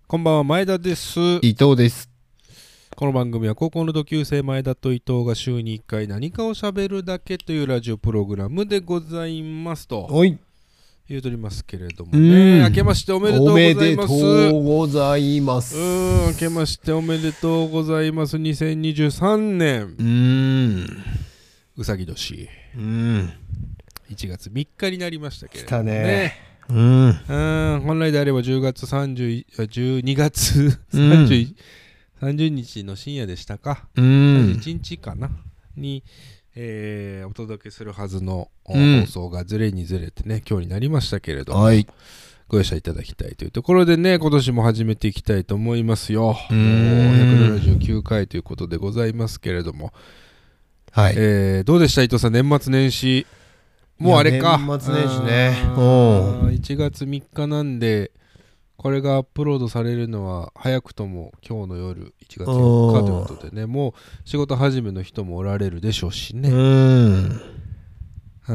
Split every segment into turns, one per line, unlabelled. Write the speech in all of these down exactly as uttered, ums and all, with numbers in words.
こんばんは、前田です。
伊藤です。
この番組は高校の同級生前田と伊藤が週にいっかい何かを喋るだけというラジオプログラムでございますと
おい
言うとりますけれどもね、明けましておめでとうございます。
おめでとうございます。
うーん、明けましておめでとうございます。にせんにじゅうさんねん、
うーん、
うさぎ年、
うーん、
いちがつみっかになりましたけれ
来
どもね。
たね。うん、
うーん、本来であればじゅうがつさんじゅう、じゅうにがつさんじゅう、さんじゅうにちの深夜でしたか、
うん、
さんじゅういちにちかなに、えー、お届けするはずの、
うん、
放送がずれにずれてね、今日になりましたけれども、
はい、
ご容赦いただきたいというところでね、今年も始めていきたいと思いますよ。もう
うーん
ひゃくななじゅうきゅうかいということでございますけれども、
はい。
えー、どうでした伊藤さん、年末年始。もうあれか。
年末年始ね。
うん。いちがつみっかなんで、これがアップロードされるのは早くとも今日の夜いちがつよっかということでね、もう仕事始めの人もおられるでしょうしね。
うん。
うん。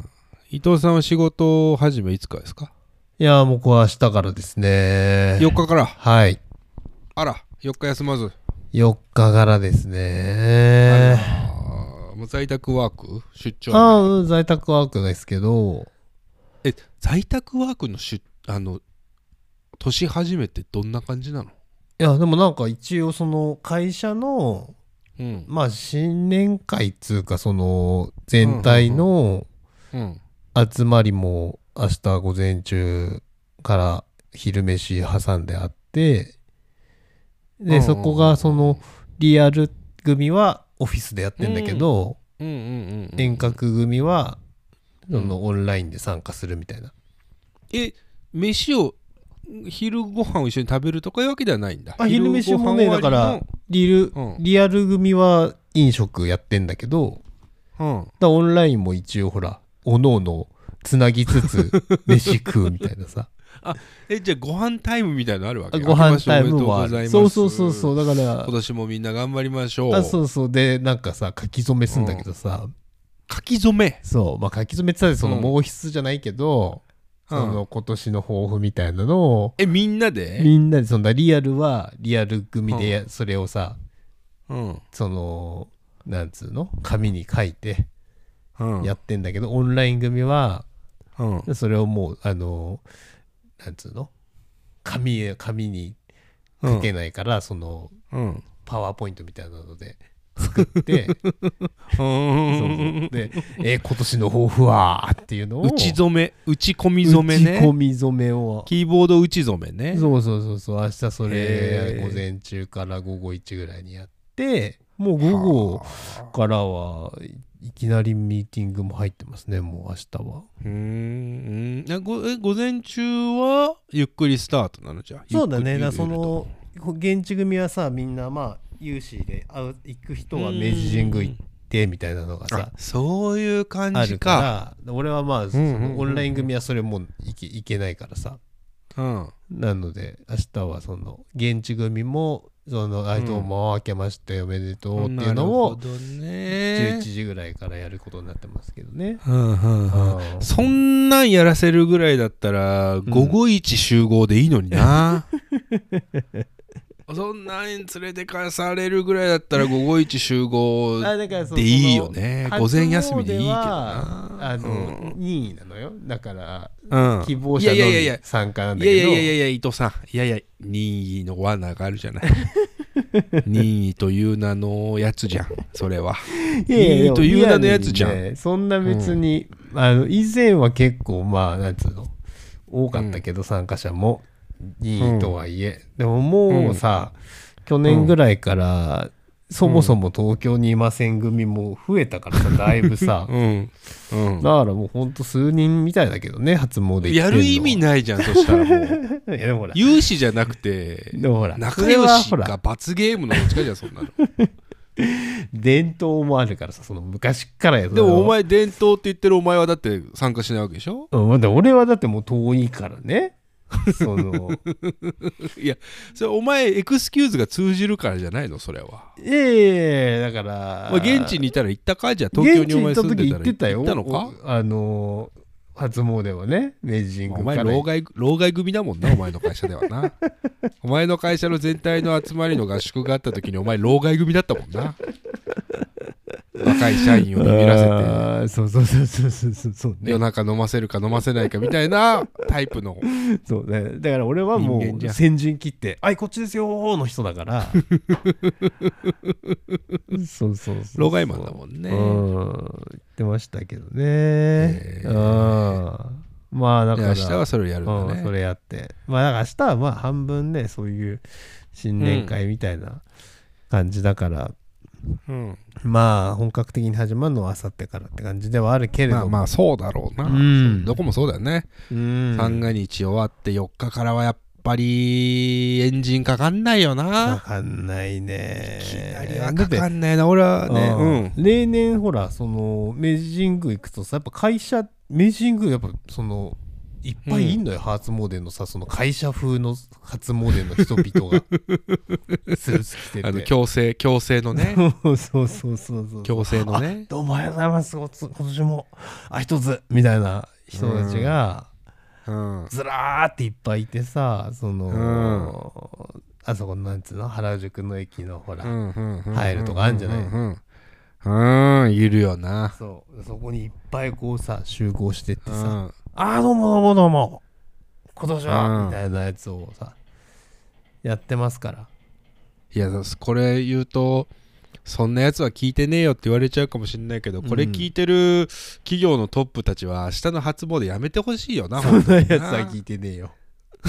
伊藤さんは仕事始めいつかですか？
いや、僕は明日からですね。
よっかから。
はい。
あら、よっか休まず。
よっかからですね。
あら、もう在宅ワーク出張。
ああ、在宅ワークですけど。
え、在宅ワークの出、あの、年始めってどんな感じなの？
いや、でもなんか一応その会社の、
うん、
まあ新年会っつうかその全体の集まりも明日午前中から昼飯挟んであって、でそこがそのリアル組はオフィスでやってんだけど、遠隔組はそのオンラインで参加するみたいな。
え、飯を昼ご飯を一緒に食べるとかいうわけではないんだ。
あ、昼飯もね、だからリル、うん、リアル組は飲食やってんだけど、うん、だオンラインも一応ほらおのおのつなぎつつ飯食うみたいなさ。
あ、え、じゃあご飯タイムみたいなのあるわけ？
ご飯タイムもある。そうそうそうそう、だから
今年もみんな頑張りましょう。
あ、そうそう、でなんかさ書き初めすんだけどさ、うん、
書き初め、
そう、まあ書き初めってさその毛筆じゃないけど、うん、その今年の抱負みたいなのを、
え、みんなで
みんなでそんなリアルはリアル組でそれをさ、うん、そのなんつうの紙に書いてやってんだけど、うん、オンライン組は、うん、それをもうあのなんつうの紙へ紙に書けないから、うん、その、うん、パワーポイントみたいなので作ってそうそうで、えー、今年の抱負はっていうのを
打ち初め、打ち込み初めね、
打ち込み初めを
キーボード打ち初めね。
そうそうそうそう、明日それ午前中から午後いちぐらいにやって、もう午後からはいきなりミーティングも入ってますね、もう明日は。
うーん、えごえ午前中はゆっくりスタートなの？じゃあ
そうだね。だその現地組はさ、みんなまあ有志で会う行く人は明治神宮行ってみたいなのがさ、
そういう感じか。
あるから、俺はまあそのオンライン組はそれもう行け、行けないからさ、うん、なので明日はその現地組もそのあいどうも明けましておめでとうっていうのをじゅういちじぐらいからやることになってますけどね。
うんうんうん、そんなんやらせるぐらいだったら午後一集合でいいのにな。そんなん連れてかされるぐらいだったら午後一集合でいいよね。午前休みでいいけどな。
あの、うん、任意なのよ。だから、うん、希望者のみ参加なんだけど。
いやいやいやいや伊藤さん、いやいや任意の罠があるじゃない。任意という名のやつじゃん、それは。
いやいや
任意という名のやつじゃん。
ね、そんな別に、うん、あの以前は結構まあなんつうの多かったけど、うん、参加者も。いいとはいえ、うん、でももうさ、うん、去年ぐらいから、うん、そもそも東京にいません組も増えたからさ、だいぶさ、うんうん、だからもうほんと数人みたいだけどね、初詣行ってんの
やる意味ないじゃん、そしたらもういやでもほら有志じゃなくてでもほら仲良しが罰ゲームのどっちかじゃん、そんなの
伝統もあるからさ、その昔からや。
でもお前伝統って言ってるお前はだって参加しないわけでしょ。
うん、俺はだってもう遠いからね。その
いやそれお前エクスキューズが通じるからじゃないの、それは。
ええー、だから
現地にいたら行ったか、じゃあ東京にお前住んでたら
行ってたよ。
行ったのか。
あの初詣はね、明治神宮
お前老害老害組だもんな、お前の会社ではな。お前の会社の全体の集まりの合宿があった時にお前老害組だったもんな。若い社員をビビらせて、
あそうそうそうそうそうそう、ね、
夜中飲ませるか飲ませないかみたいなタイプの。
そうね、だから俺はもう先陣切って「あいこっちですよ」の人だからそうそうそうそう、
老害マンだもんね。
うん言ってましたけどね、えー、あまあだから
明日はそれをやるんだね、
うん、それやってまあだから明日はまあ半分ねそういう新年会みたいな感じだから、うん、まあ本格的に始まるのはあさってからって感じではあるけれども、
まあまあそうだろうな、うん、どこもそうだよね、うん、三が日終わってよっかからはやっぱりエンジンかかんないよな。
かかんないね。
いきなりはかかんないな俺はね、
うん、例年ほらその明治神宮行くとさやっぱ会社明治神宮やっぱそのいっぱいいんのよ、うん、初詣のさその会社風の初詣の人々がスーツ着てて、あの
強制強制のね
そうそうそうそう
強制のね、
どうもおはようございます今年もあ一つみたいな人たちが、うんうん、ずらーっていっぱいいてさその、うん、あそこなんつうの原宿の駅のほら、うんうん、入るとかあるんじゃない、うん
うん、いるよな。
そうそこにいっぱいこうさ集合してってさ、うんあーどうもどうもどうも今年は、うん、みたいなやつをさやってますから。
いやこれ言うとそんなやつは聞いてねえよって言われちゃうかもしれないけど、これ聞いてる企業のトップたちは明日の初詣やめてほしいよな。
そんなやつは聞いてねえよ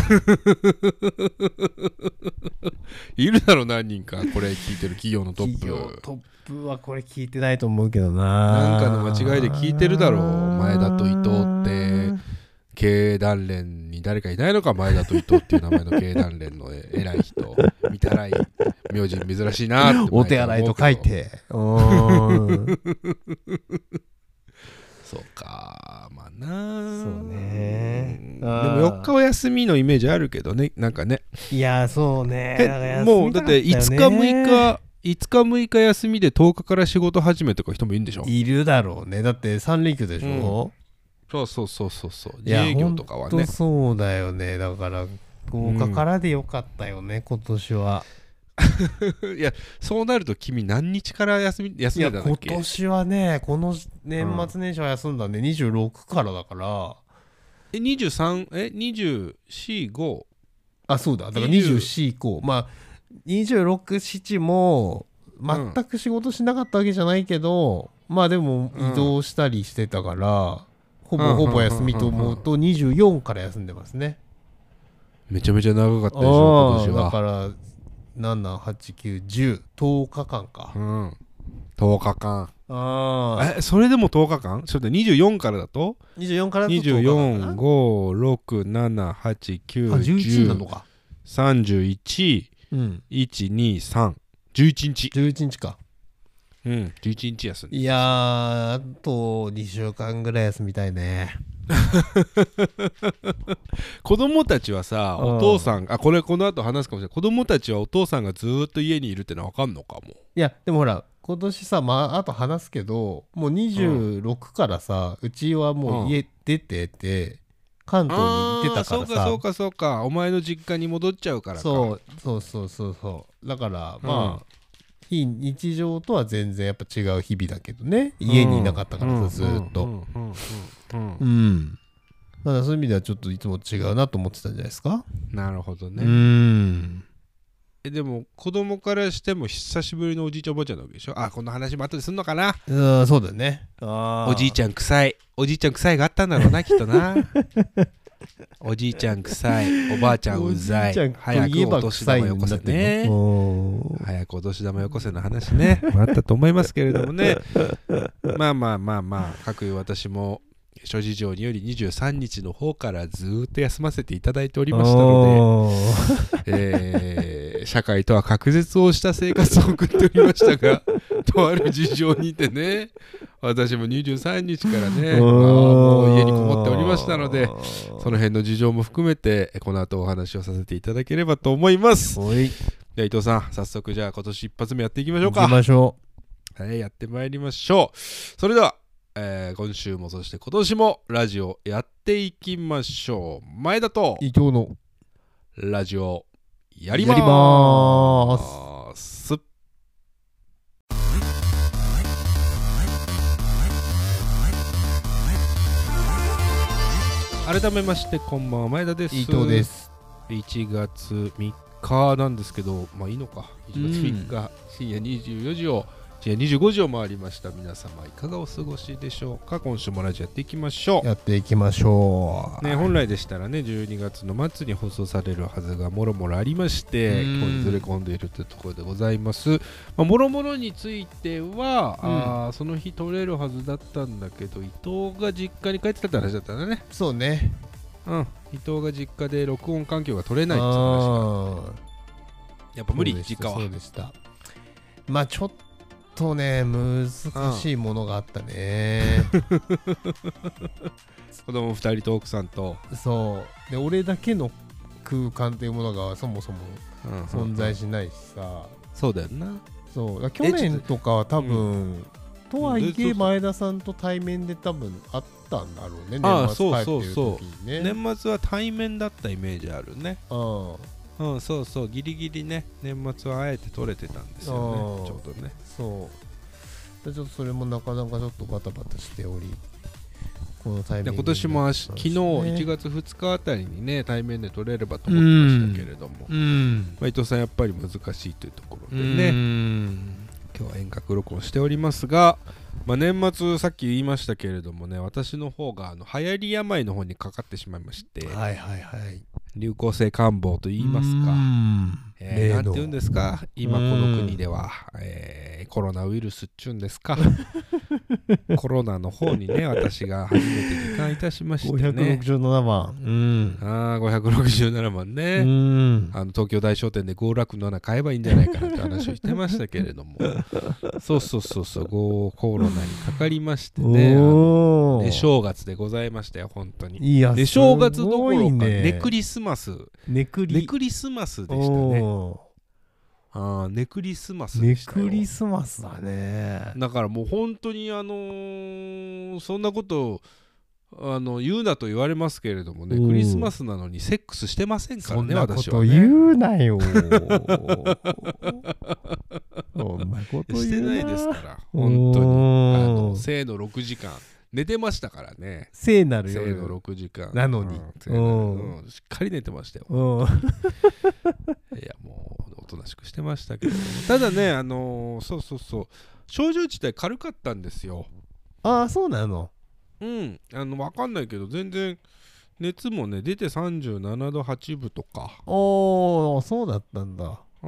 いるだろ何人かこれ聞いてる企業のトップ。企業
トップはこれ聞いてないと思うけどな。
なんかの間違いで聞いてるだろう。前田と伊藤って経営団連に誰かいないのか。前田と伊藤っていう名前の経営団連の偉い人見たらい名字珍しいなって
お手洗いと書いて
そうかまあな
そうね。
でもよっかは休みのイメージあるけどねなんかね。
いやそうね
もうだっていつかむいかいつかむいか休みでとおかから仕事始めとか人もいるんでしょ。
いるだろうね。だってさん連休でしょ、
うん、そうそうそうそうそう自営業とかはね。
そうだよね。だからとおかからでよかったよね、うん、今年は。
いやそうなると君何日から休み休んでたんだっけ。
今年はねこの年末年始は休んだんで、うん、にじゅうろくからだから
えにじゅうさんえにじゅうよん、ご
あそうだだからにじゅうよん以降まあにじゅうろく、ななも全く仕事しなかったわけじゃないけど、うん、まあでも移動したりしてたから、うん、ほぼほぼ休みと思うとにじゅうよんから休んでますね。
めちゃめちゃ長かったでしょ今年は。
だからなな、はち、きゅう、じゅう、とおかかんか、うん、
とおかかん。
あ
えそれでもとおかかん。ちょっとにじゅうよんからだと
にじゅうよんからだと
にじゅうよん、ご、ろく、なな、はち、きゅう、じゅう、じゅう、さんじゅういち、うん、いち、に、さん、じゅういちにち
じゅういちにちか。
うんじゅういちにち休んで。
いやーあとにしゅうかんぐらい休みたいね
子供たちはさお父さんあこれこの後話すかもしれない。子供たちはお父さんがずーっと家にいるってのは分かんのかも。
いやでもほら今年さまああと話すけどもうにじゅうろくからさ、うん、うちはもう家出てて、関東に行ってたからさ。
そうかそうかそうかお前の実家に戻っちゃうからか。
そうそうそうそうそうだからまあ、うん非日常とは全然やっぱ違う日々だけどね。家にいなかったからさ、うん、ずーっとうんだからそういう意味ではちょっといつも違うなと思ってたんじゃないですか。
なるほどね。
うん
えでも子供からしても久しぶりのおじいちゃんおばあちゃんなわけでしょ。あこの話も後ですんのかな。
うんそうだね。あ
おじいちゃん臭いおじいちゃん臭いがあったんだろうなきっとなおじいちゃん臭いおばあちゃんうざい早くお年玉よこせね早くお年玉よこせの話ねあったと思いますけれどもねまあまあまあまあ各いう私も諸事情によりにじゅうさんにちの方からずーっと休ませていただいておりましたので、えー、社会とは隔絶をした生活を送っておりましたがとある事情にてね私もにじゅうさんにちからねもう家にこもっておりましたのでその辺の事情も含めてこの後お話をさせていただければと思います。
はい
では伊藤さん早速じゃあ今年一発目やっていきましょうか。
行きましょ
うはいやってまいりましょう。それではえー、今週もそして今年もラジオやっていきましょう。前田と
伊藤の
ラジオやりまーす。改めましてこんばんは、前田です。
伊藤です。
いちがつみっかなんですけど、まあいいのか、いちがつみっか、うん、深夜にじゅうよじを深夜にじゅうごじを回りました。皆様いかがお過ごしでしょうか。今週もラジオやっていきましょう。
やっていきましょ
う、ね、本来でしたらねじゅうにがつの末に放送されるはずがもろもろありまして、今日にずれ込んでいるというところでございます。まあ、もろもろについては、うん、あその日撮れるはずだったんだけど、伊藤が実家に帰ってたって話だったんだね。
そうね、
うん、伊藤が実家で録音環境が取れないって話がやっぱ無理。実家は
そうでした。まあちょっととね、難しいものがあったね。
子供ふたりと奥さんと。
そうで、俺だけの空間というものがそもそも存在しないしさ、うんうんうん、
そうだよな。
そうだ、去年とかは多分、うん、とはいえ前田さんと対面で多分あったんだろうね。
ああ、そうそうそう、ね、年末は対面だったイメージあるね。ああ、うん、そうそう、ギリギリね、年末はあえて撮れてたんですよね、ちょうどね。
そうで、ちょっとそれもなかなかちょっとバタバタしており、このタイミングで
今年も、ね、昨日いちがつふつかあたりにね対面で撮れればと思ってましたけれども、うん、まあ、伊藤さんやっぱり難しいというところでね、うん、今日は遠隔録音しておりますが、まあ、年末さっき言いましたけれどもね、私の方があの流行り病の方にかかってしまいまして、
はいはいはい、
流行性感冒と言いますか、えー、なんて言うんですか今この国では、えー、コロナウイルスっちゅうんですかコロナの方にね私が初めて罹患いたしましてね、
ごひゃくろくじゅうななまん、うん、
あごひゃくろくじゅうななまんね、うん、あの東京大商店でご楽なな買えばいいんじゃないかなって話をしてましたけれどもそうそうそうそう、コロナにかかりましてね、寝正月でございましたよ本当に。
いや、
寝正月どころか寝クリスマス、寝クリクリスマスでしたね。あ、寝クリスマスでしたよ。
寝クリスマスだね。
だからもう本当にあのー、そんなことあの言うなと言われますけれどもね、クリスマスなのにセックスしてませんからね、私はね。
そんなこと言うなよそんなこと言うな。
してないですから本当に。あの生のろくじかん寝てましたからね。
聖なる
夜のろくじかん
なのに、
うんうん、しっかり寝てましたよいやもうおとなしくしてましたけどただね、あのー、そうそうそう、症状自体軽かったんですよ。
ああ、そうなの。
うん、あの分かんないけど全然熱もね出てさんじゅうななどはちぶとか。
おー、そうだったんだ。
うん、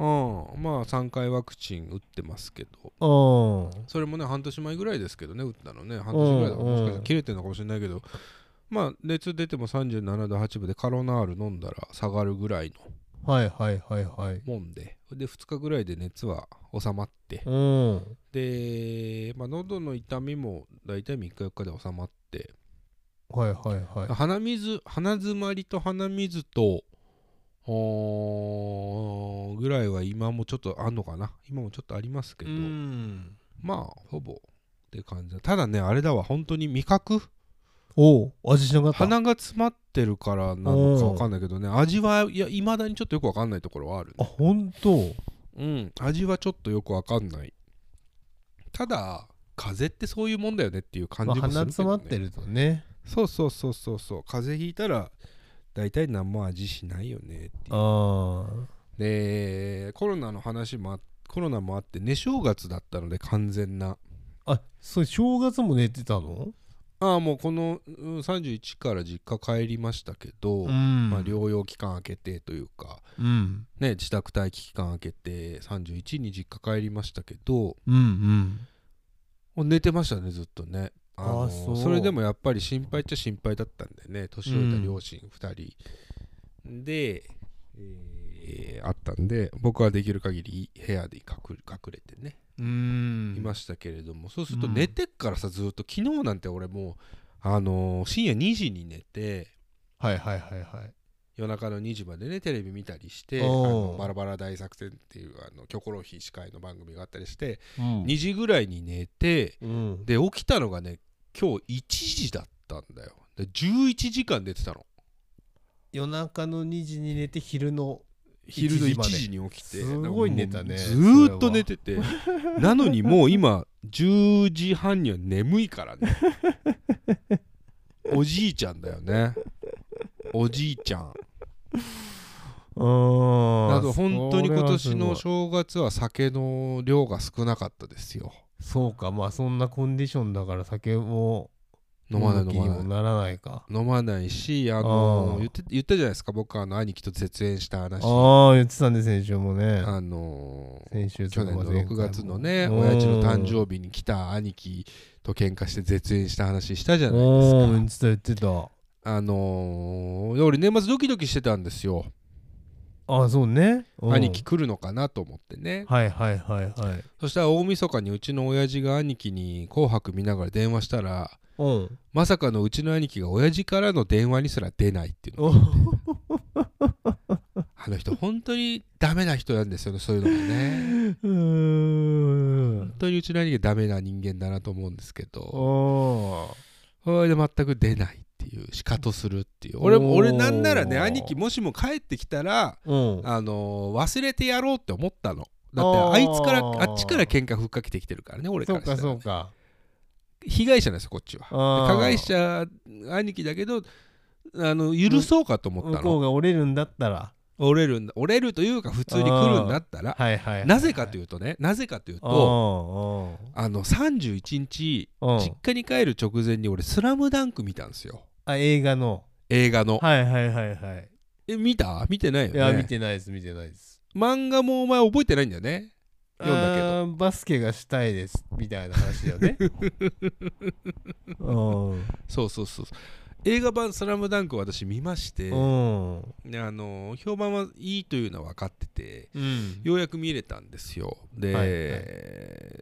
まあさんかいワクチン打ってますけど、それもね半年前ぐらいですけどね、打ったのね半年ぐらいだから、もしかしたら切れてるのかもしれないけど、まあ熱出てもさんじゅうななどはちぶでカロナール飲んだら下がるぐらいの
はいはいはいはい
もんで、でふつかぐらいで熱は収まって、で、まあ、喉の痛みもだいたいみっかよっかで収まって、
はいはいはい、
鼻水、鼻詰まりと鼻水とおぐらいは今もちょっとあんのかな、今もちょっとありますけど、まあほぼって感じだ。ただね、あれだわ、本当に味覚、
お味しなかった。
鼻が詰まってるからなのか分かんないけどね、味はいや未だにちょっとよく分かんないところはある、ね、
あ、本当。
うん、味はちょっとよく分かんない。ただ風邪ってそういうもんだよねっていう感じもするけどね、
まあ、鼻詰まってるとね。
そうそうそうそうそう、風邪ひいたら大体何も味しないよねっていう。
あ
でコロナの話もあコロナもあって寝正月だったので完全な。
あ、それ正月も寝てたの？
ああ、もうこのさんじゅういちから実家帰りましたけど、うん、まあ、療養期間明けてというか、うんね、自宅待機期間明けてさんじゅういちに実家帰りましたけど、うんうん、寝てましたねずっとね。あのー、あ、そう。それでもやっぱり心配っちゃ心配だったんでね、年老いた両親ふたり、うん、で、えー、あったんで僕はできる限り部屋で隠れてね、うーんいましたけれども、そうすると寝てっからさ、ずっと昨日なんて俺もう、あのー、深夜にじに寝て、
はいはいはいはい、
夜中のにじまでねテレビ見たりして、あのバラバラ大作戦っていうあのキョコロヒー司会の番組があったりして、うん、にじぐらいに寝て、うん、で起きたのがね今日いちじだったんだよ。でじゅういちじかん寝てたの。
夜中のにじに寝て昼の
昼のいちじに起きて
すごい寝たね。
ずーっと寝ててなのにもう今じゅうじはんには眠いからね。おじいちゃんだよね。おじいちゃん。あと本当に今年の正月は酒の量が少なかったですよ。
そうか、まあそんなコンディションだから酒も
飲まない飲まない
ならないか。
飲まないし、あのー、言って言ったじゃないですか、僕あの兄貴と絶縁した話。
ああ言ってたね、先週もね。
あのー、
先週
去年のろくがつのね、親父の誕生日に来た兄貴と喧嘩して絶縁した話したじゃないですか。
言ってた言ってた。
あのー、俺年末ドキドキしてたんですよ。
ああそうね。
兄貴来るのかなと思ってね。
はいはいはいはい。
そしたら大晦日にうちの親父が兄貴に紅白見ながら電話したら、
うん、
まさかのうちの兄貴が親父からの電話にすら出ないっていうのあの人本当にダメな人なんですよね、そういうのがね。うーん本当にうちの兄貴がダメな人間だなと思うんですけど、それで全く出ないっていう、シカトするっていう。俺俺なんならね、兄貴もしも帰ってきたら、あのー、忘れてやろうって思ったの。だってあいつからあっちから喧嘩ふっかけてきてるからね、俺からしたら、ね、
そうかそうか。
被害者なんですよこっちは。加害者兄貴だけど、あの許そうかと思ったの。
向こうが折れるんだったら
折れるんだ折れるというか普通に来るんだったら、はいはいはいはい、なぜかというとねなぜかというとあのさんじゅういちにち実家に帰る直前に俺スラムダンク見たんですよ。
あ映画の
映画の
はいはいはいはい。
え見た見てないよね。
いや見てないです見てないです。
漫画もお前覚えてないんだよね。読んだけど
バスケがしたいですみたいな話だよね。
そうそうそう。映画版スラムダンクを私見まして、あの評判はいいというのは分かってて、うん、ようやく見れたんですよ。で、はいはい、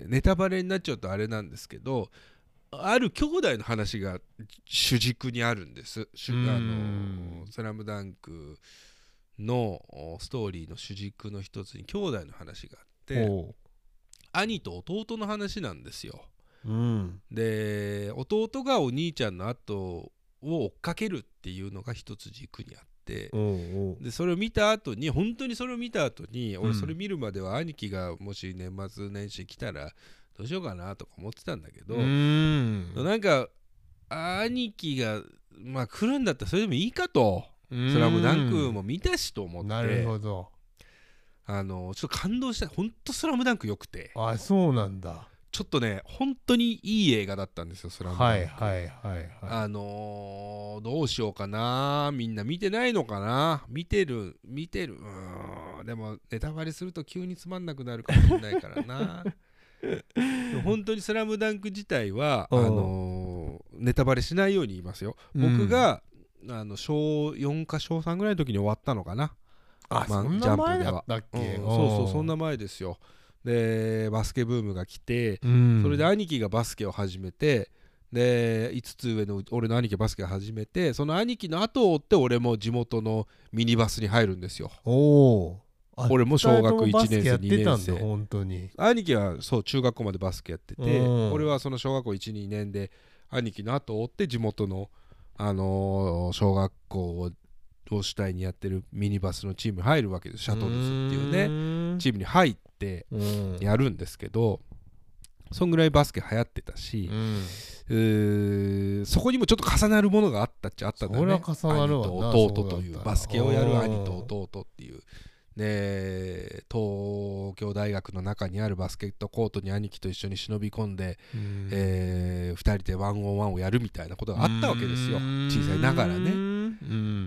ネタバレになっちゃうとあれなんですけど、ある兄弟の話が主軸にあるんです。あのスラムダンクのストーリーの主軸の一つに兄弟の話があって、兄と弟の話なんですよ。うん、で弟がお兄ちゃんの後を追っかけるっていうのが一つ軸にあって、おうおうでそれを見た後に本当にそれを見た後に、うん、俺それ見るまでは兄貴がもし年末年始来たらどうしようかなとか思ってたんだけど、うんなんか兄貴がまあ来るんだったらそれでもいいかと、スラムダンクも見たしと思って、
なるほど、
あのちょっと感動した。本当スラムダンク良くて、
あそうなんだ。
ちょっとね本当にいい映画だったんですよ、スラムダンク。
はいはいはいはい。
あのー、どうしようかな、みんな見てないのかな。見てる見てるうーんでもネタバレすると急につまんなくなるかもしれないからな。本当にスラムダンク自体はあのー、ネタバレしないように言いますよ。僕が、うん、あの小よんか小さんぐらいの時に終わったのかな。
あ、まあ、そんな前だったっけ、
うん、そうそうそんな前ですよ。でバスケブームが来て、うん、それで兄貴がバスケを始めて、でいつつ上の俺の兄貴がバスケを始めて、その兄貴の後を追って俺も地元のミニバスに入るんですよ。お俺も小学いちねんせいにねんせい。
本当に
兄貴はそう中学校までバスケやってて、俺はその小学校いちにねんで兄貴の後を追って地元の、あのー、小学校を主体にやってるミニバスのチームに入るわけです。シャトルズっていうねチームに入ってやるんですけど、そんぐらいバスケ流行ってたし、うん、うーそこにもちょっと重なるものがあったっちゃあったんだよね。
それは重なるわな。
兄と弟というバスケをやる兄と弟っていうで、東京大学の中にあるバスケットコートに兄貴と一緒に忍び込んで、うんえー、ふたりでワンオンワンをやるみたいなことがあったわけですよ、小さいながらね。うん、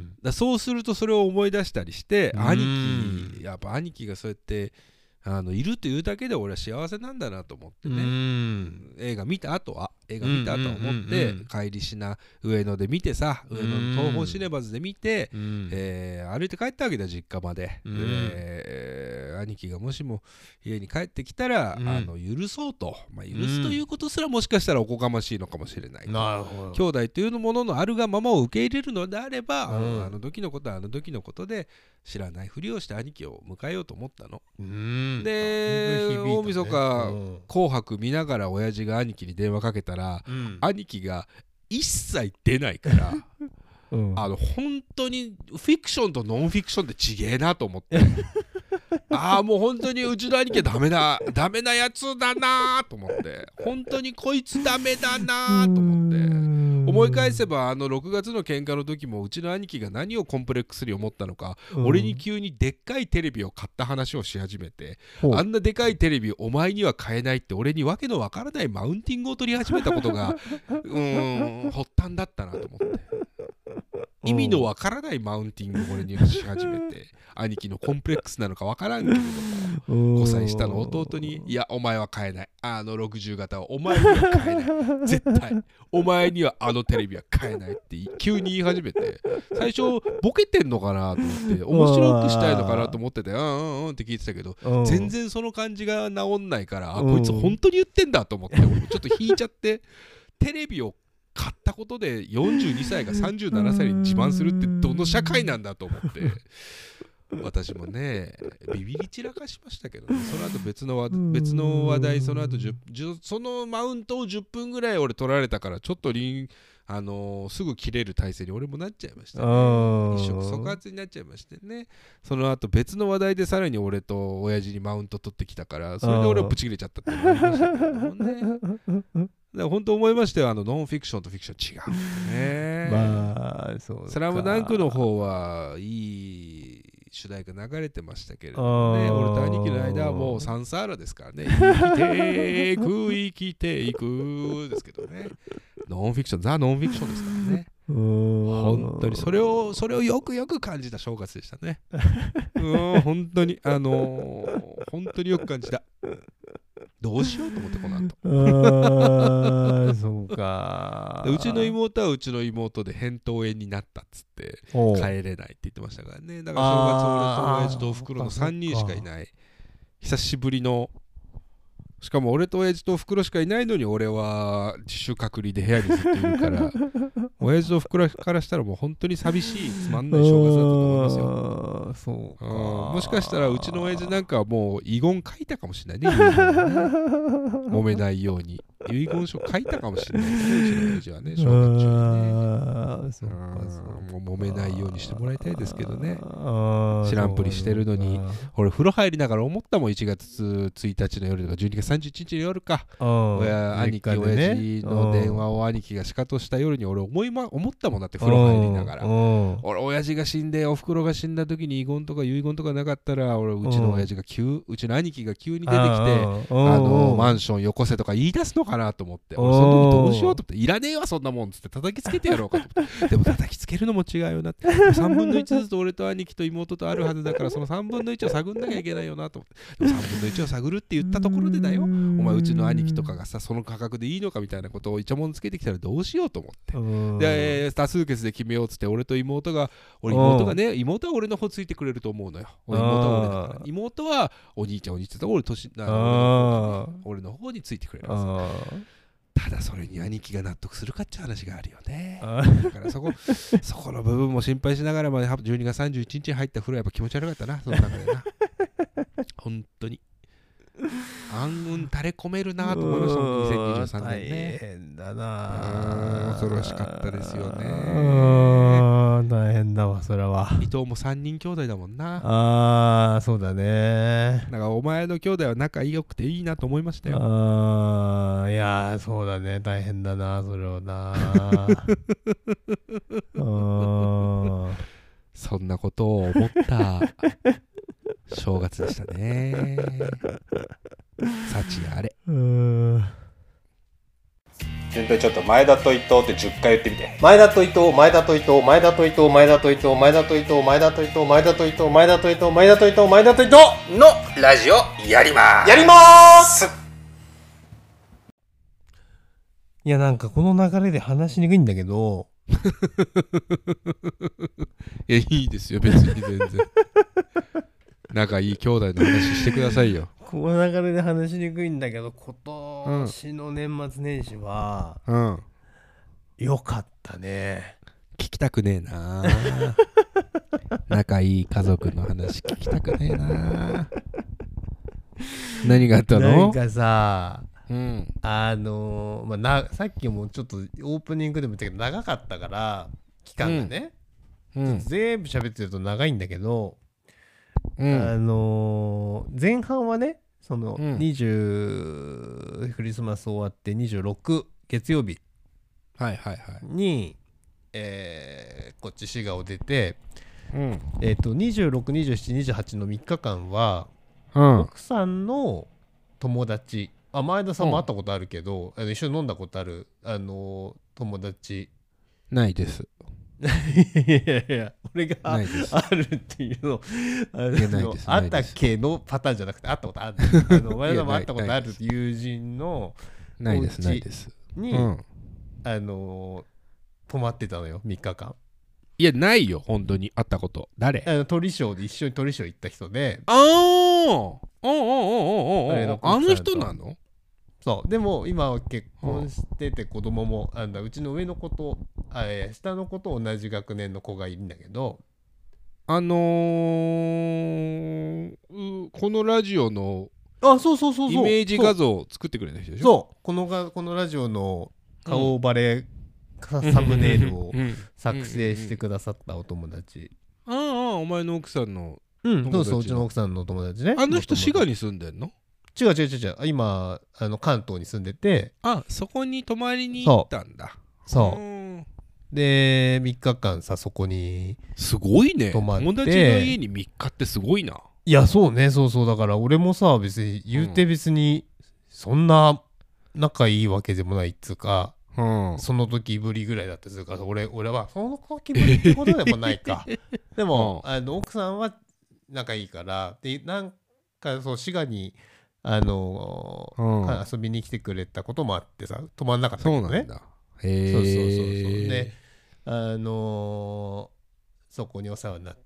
だそうするとそれを思い出したりして、兄貴やっぱ兄貴がそうやってあのいるというだけで俺は幸せなんだなと思ってね、映画見た後は映画見た後は思って帰りしな上野で見てさ、上野の東宝シネマズで見て、えー、歩いて帰ったわけだ実家まで、え兄貴がもしも家に帰ってきたら、うん、あの許そうと、まあ、許すということすらもしかしたらおこがましいのかもしれない、うん、なるほど。兄弟というもののあるがままを受け入れるのであれば、うん、あの時のことはあの時のことで知らないふりをして兄貴を迎えようと思ったの、うん、で、ね、大晦日、うん、紅白見ながら親父が兄貴に電話かけたら、うん、兄貴が一切出ないからうん、あの本当にフィクションとノンフィクションってちげえなと思ってああもう本当にうちの兄貴はダメだダメなやつだなと思って、本当にこいつダメだなと思って、思い返せばあのろくがつの喧嘩の時もうちの兄貴が何をコンプレックスに思ったのか、うん、俺に急にでっかいテレビを買った話をし始めて、あんなでかいテレビお前には買えないって俺にわけのわからないマウンティングを取り始めたことがうーん発端だったなと思って、意味のわからないマウンティングを俺にし始めて、兄貴のコンプレックスなのかわからんけれども、ごさい下の弟にいやお前は買えない、あのろくじゅう型はお前には買えない絶対お前にはあのテレビは買えないって急に言い始めて、最初ボケてんのかなと思って面白くしたいのかなと思っててうんうんうんって聞いてたけど、全然その感じが治んないから、あこいつ本当に言ってんだと思って俺もちょっと引いちゃってテレビを買ったことでよんじゅうにさいがさんじゅうななさいに自慢するってどの社会なんだと思って私もねビビり散らかしましたけどね。その後別の別の話題、その後じゅうそのマウントをじゅっぷんぐらい俺取られたからちょっとリンあのー、すぐ切れる体勢に俺もなっちゃいましたね。一触即発になっちゃいましてね。その後別の話題でさらに俺と親父にマウント取ってきたから、それで俺はブチ切れちゃったっていうのがありましたけどもね。だから本当思いましたよ、あのノンフィクションとフィクション違うね。まあそうか。スラムダンクの方はいい主題歌流れてましたけれどもね、俺と兄貴の間はもうサンサーラですからね。生きていく生きていくですけどね。ノンフィクション、ザ・ノンフィクションですからね。本当にそれをそれをよくよく感じた正月でしたね。うん本当にあのー、本当によく感じた。どうしようと思ってこの後。あそうか。うちの妹はうちの妹で扁桃炎になったっつって帰れないって言ってましたからね。だから正月俺と親父とおふくろのさんにんしかいない久しぶりの、しかも俺と親父とおふくろしかいないのに俺は自主隔離で部屋にずっといるから親父とおふくろからしたらもう本当に寂しいつまんない正月だったと思いますよ。そうか。もしかしたらうちの親父なんかはもう遺言書いたかもしれないね。揉めないように遺言書書いたかもしれないね。うちの親父はね正月中にね。そうかそうもう揉めないようにしてもらいたいですけどね。知らんぷりしてるのに俺風呂入りながら思ったもん。いちがつついたちの夜とかじゅうにがつさんじゅういちにちの夜か、親兄貴親父の電話を兄貴がしかとした夜に俺思い、ま、思ったもんだって。風呂入りながら俺親父が死んでおふくろが死んだ時に遺言とか遺言とかなかったら俺うちの親父が急うちの兄貴が急に出てきてあのマンションよこせとか言い出すのかなと思って、俺その時どうしようと思って、いらねえわそんなもんつって叩きつけてやろうかと思ってでも叩きつけるのも違うよなって、さんぶんのいちずつ俺と兄貴と妹とあるはずだから、そのさんぶんのいちを探んなきゃいけないよなと思って、でもさんぶんのいちを探るって言ったところでだよ、お前うちの兄貴とかがさその価格でいいのかみたいなことをイチャモンつけてきたらどうしようと思って、で多数決で決めようっつって、俺と妹が俺妹がね妹は俺の方ついてくれると思うのよ。俺妹は俺だから、妹はお兄ちゃんお兄ちゃんと俺年なの俺の方についてくれるはず。ただそれに兄貴が納得するかって話があるよね。だからそこそこの部分も心配しながら、まあじゅうにがつさんじゅういちにちに入った風呂やっぱ気持ち悪かったな、その中でな。本当に暗雲垂れ込めるなと思いましたもん。にせんにじゅうさんねんね。大変だな。恐ろしかったですよね。大変だわそれは。伊藤もさんにん兄弟だもんな。ああそうだね。だからお前の兄弟は仲良くていいなと思いましたよ。ああいやそうだね、大変だなそれはな。あそんなことを思った正月でしたね。幸あれ。うーん。順平ちょっと前田と伊藤ってじゅっかい言ってみて。前田と伊藤、前田と伊藤、前田と伊藤、前田と伊藤、前田と伊藤、前田と伊藤、前田と伊藤、前田と伊藤、前田と伊藤、前田と伊藤のラジオやりまーす。やりまーす。いやなんかこの流れで話しにくいんだけど。いやいいですよ別に全然。 仲いい兄弟の話してくださいよ。
この流れで話しにくいんだけど、今年の年末年始は、うん、よかったね。
聞きたくねえな仲いい家族の話聞きたくねえな何があったの？
なんかさ、うん、あのー、まあ、なさっきもちょっとオープニングでも言ったけど長かったから期間がね、うんうん、全部喋ってると長いんだけど、うん、あのー、前半はねそのにじゅう、うん、クリスマス終わってにじゅうろく月曜日に、
はいはいはい、
えー、こっち滋賀を出て、うん、えっとにじゅうろく、にじゅうしち、にじゅうはちのみっかかんは、うん、奥さんの友達、あ前田さんも会ったことあるけど、うん、あの一緒に飲んだことあるあの友達
ないです。
いやいや俺があるっていうのあったっけのパターンじゃなくて会ったことあるあの前田さんも会ったことある友人の
ないですないです
に、うん、あの泊まってたのよみっかかん。
いやないよ本当に会ったこと。誰？
あの鳥ショーで一緒に鳥ショー行った人で、
あーおおおおおおあの人なの？
そうでも今は結婚してて子供もあんだうちの上の子とあ下の子と同じ学年の子がいるんだけど、
あのー、このラジオの
あそうそうそうそう
イメージ画像を作ってくれた人でしょ。
そうこのがこのラジオの顔バレ、うん、サムネイルを作成してくださったお友達。
ああお前の奥さんの
うんそうそううちの奥さんのお友達ね。
あの人滋賀に住んでんの？
違う違う違う違う今あの関東に住んでて、
あそこに泊まりに行ったんだ。
そうそうでみっかかんさそこに
すごいね友達の家にみっかってすごいな。
いやそうねそうそうだから俺もさ別に言うて別にそんな仲いいわけでもないっつうか、うん、その時ぶりぐらいだったっつうか俺俺はその時ぶりってことでもないかでも、うん、あの奥さんは仲いいからでなんかそう滋賀にあのーうん、遊びに来てくれたこともあってさ泊まんなかったけどね。そうなんだ。へえ。そうそうそうそうであのー、そこにお世話になって、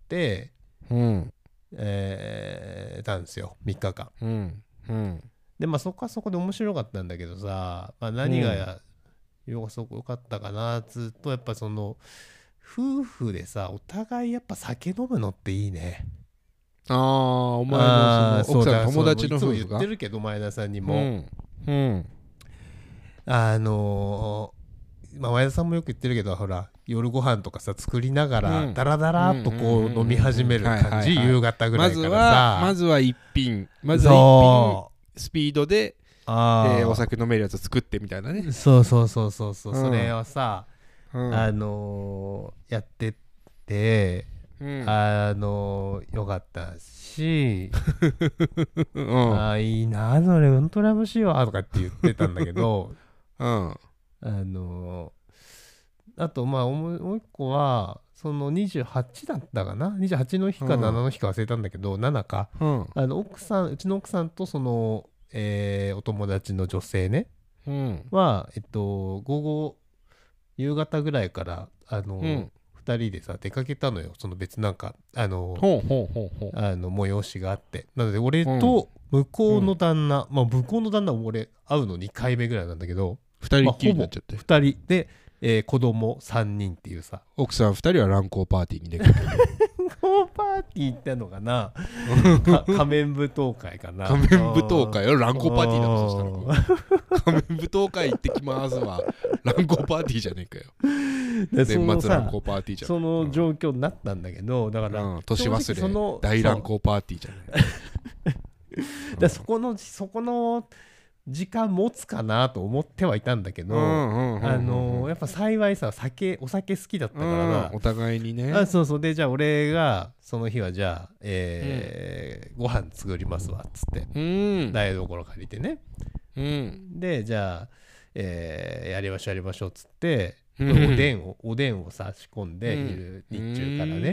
うんえー、たんですよみっかかん、うんうん、でまあそこはそこで面白かったんだけどさ、まあ、何がや、うん、よかったかなずっとやっぱその夫婦でさお互いやっぱ酒飲むのっていいね。
ああお前のその奥さんの友達の夫婦がいつも
言ってるけど前田さんにも、うんうん、あのー、まあ前田さんもよく言ってるけどほら夜ご飯とかさ作りながら、うん、ダラダラっとこう飲み始める感じ夕方ぐらいからさ
まずは一品まずは一品スピードで、えー、お酒飲めるやつ作ってみたいなね。
そうそうそうそうそう、うん、それをさ、うん、あのー、やってってうん、あのよかったし、うん、あいいなそれうんとらむしいわとかって言ってたんだけど、うん、あのあとまあもう一個はそのにじゅうはちだったかなにじゅうはちの日かななの日か忘れたんだけど、うん、ななか、うん、あの奥さんうちの奥さんとその、えー、お友達の女性ね、うん、はえっと午後夕方ぐらいからあの、うんふたりでさ出かけたのよ。その別なんかあのほうほうほうほうあの催しがあってなので俺と向こうの旦那、うん、まあ向こうの旦那も俺会うのにかいめぐらいなんだけど
ふたりっきりになっちゃって、
まあ、ふたりで、えー、子供さんにんっていうさ
奥さんふたりは乱交パーティーに出かけて乱
交パーティー行ったのかなか仮面舞踏会かな
仮面舞踏会よ乱交パーティーだとそしたら仮面舞踏会行ってきますわ乱交パーティーじゃねえかよ年末乱交パーティーじゃん。
その状況になったんだけどだから、
うん、年忘れ大乱交パーティーじゃない
だそこのそこの時間持つかなと思ってはいたんだけどあのやっぱ幸いさ酒お酒好きだったからな、
うん、お互いにね
あそうそうでじゃあ俺がその日はじゃあ、えーうん、ご飯作りますわっつって、うん、台所借りてね、うん、でじゃあ、えー、やりましょうやりましょうっつっておでんをおでんをさ仕込んで、うん、日中からね、うん、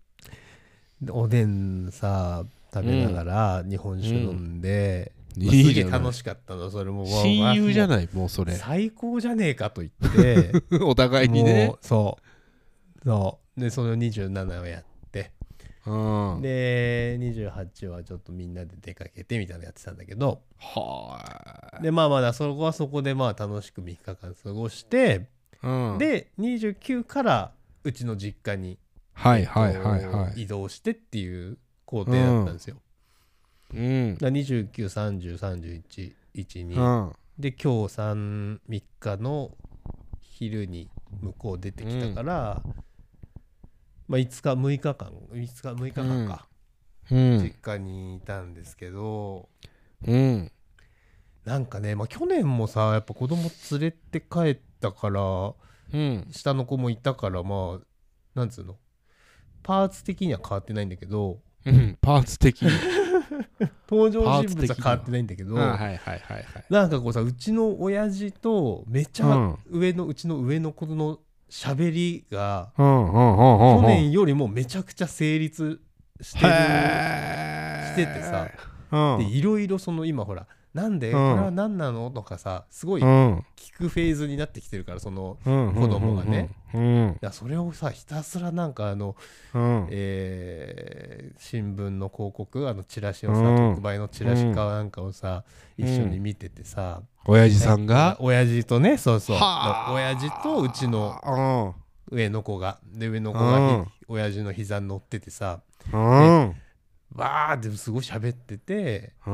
でおでんさ食べながら日本酒飲んで、うんまあ、すげえ楽しかったのそれも
親友じゃないもうそれ
最高じゃねえかと言って
お互いにね
そうそうでそのにじゅうななをやって
うん、
でにじゅうはちはちょっとみんなで出かけてみたいなのやってたんだけど、
は
でまあまだそこはそこでまあ楽しくみっかかん過ごして、うん、でにじゅうくからうちの実家に、
はいはいはいはい、
移動してっていう工程だったんですよ。うん、だにじゅうく、さんじゅう、さんじゅういち、いち、に、うん、で今日さん、みっかの昼に向こう出てきたから、うん、まあいつかむいかかんいつかむいかかんか、うん、実家にいたんですけど、うん、なんかね、まあ、去年もさやっぱ子供連れて帰ったから、うん、下の子もいたからまあなんつうのパーツ的には変わってないんだけど、
うん、パーツ的に
登場人物は変わってないんだけど、
はいはいはいはい、
なんかこうさうちの親父とめっちゃ上の、うん、うちの上の子の喋りが、うんうんうんうん、去年よりもめちゃくちゃ成立してるしててさ、うん、でいろいろその今ほらなんで、うん、これは何なのとかさすごい聞くフェーズになってきてるからその子供がね、うんうんうんうん、いやそれをさひたすらなんかあの、うんえー、新聞の広告あのチラシをさ、うん、特売のチラシかなんかをさ、うん、一緒に見ててさ、
うん、親父さんが
親父とねそうそう親父とうちの上の子がで上の子が、うん、親父の膝に乗っててさ、うんわーってすごい喋ってて、うん、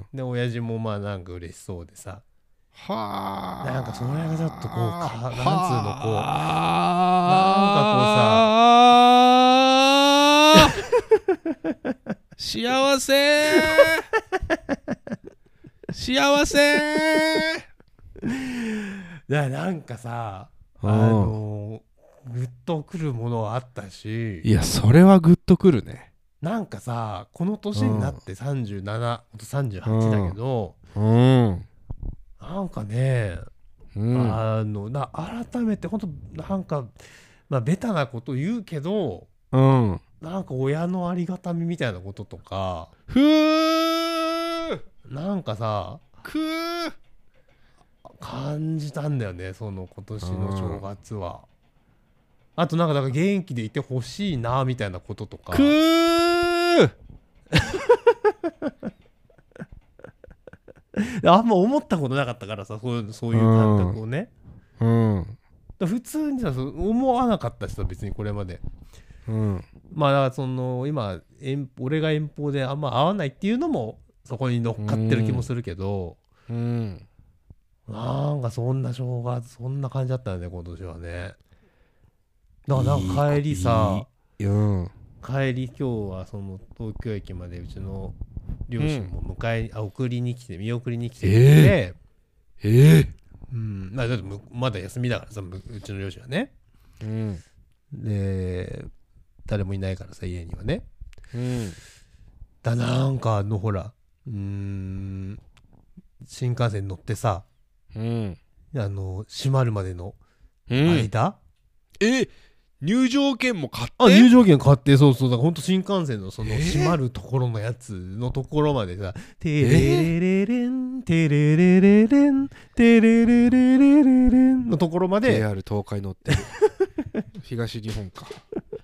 で親父もまあなんか嬉しそうでさはなんかそれがちょっとこうかなんつうのこう
なんかこうさ幸せ幸せ
だなんかさあのー、グッとくるものはあったし
いやそれはグッとくるね
なんかさこの年になってさんじゅうなな、うん、さんじゅうはちだけど、うん、なんかね、うん、あのな改めて本当なんか、まあ、ベタなこと言うけど、うん、なんか親のありがたみみたいなこととか
ふー
なんかさ
くー
感じたんだよねその今年の正月は。あとなんかだから元気でいてほしいなみたいなこととか
くー
あんま思ったことなかったからさそういう、そういう感覚をね、うんうん、だ普通にさ思わなかったしさ別にこれまで、うん、まあだからその今遠俺が遠方であんま会わないっていうのもそこに乗っかってる気もするけど、うん、なんかそんな正月そんな感じだったよね今年はね。だからなんか帰りさいい、うん、帰り今日はその東京駅までうちの両親も迎え、うん、あ送りに来て見送りに来てて、えー、えー、うんまあ、だってまだ休みだからさうちの両親はね、うん、で誰もいないからさ家にはね、うん、だなんかあのほらうーん新幹線乗ってさ、うん、あの閉まるまでの間、
うん、え入場券も買って
あ入場券買ってそうそうだからほんと新幹線のその閉まるところのやつのところまでさ、えー、テレレレレンテレレレレンテレレレレレレンのところまで
ジェイアール 東海乗ってる東日本か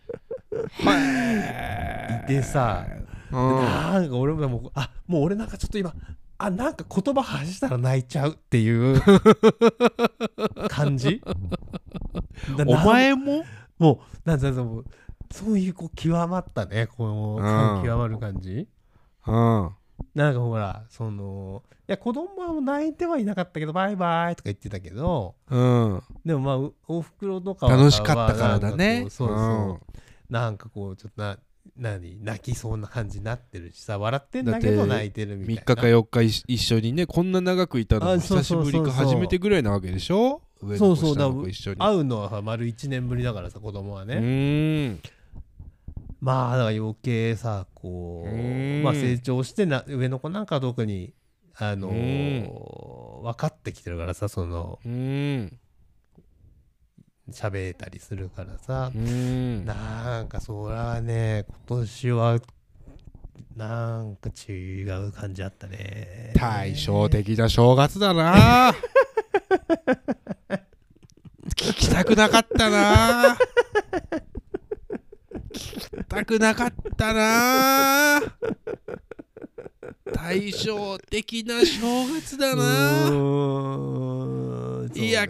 はいでさ、うん、なんか俺ももうあもう俺なんかちょっと今あなんか言葉発したら泣いちゃうっていう感じ
お前も
もうなんかもうそういうこう極まったねこの感極まる感じ、うん、なんかほらそのいや子供は泣いてはいなかったけどバイバイとか言ってたけど、うん、でもまあおふくろとかは
楽しかったからだね
そうそう、うん、なんかこうちょっとな何泣きそうな感じになってるしさ笑ってんだけど泣いてるみたいなみっか
かよっか一緒にねこんな長くいたのも久しぶりか初めてぐらいなわけでしょ上の子下の子一緒に
会うのは丸いちねんぶりだからさ子供はねうんまあだから余計さこうまあ成長してな上の子なんかは特にあのー、分かってきてるからさそのうん喋ったりするからさうんなんかそれはね今年はなんか違う感じあったね
対照的な正月だな聞きたくなかったな聞きたくなかったな対照的な正月だな。う
ーん、
いや、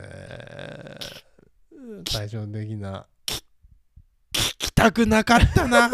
対照的な。
聞きたくなかったな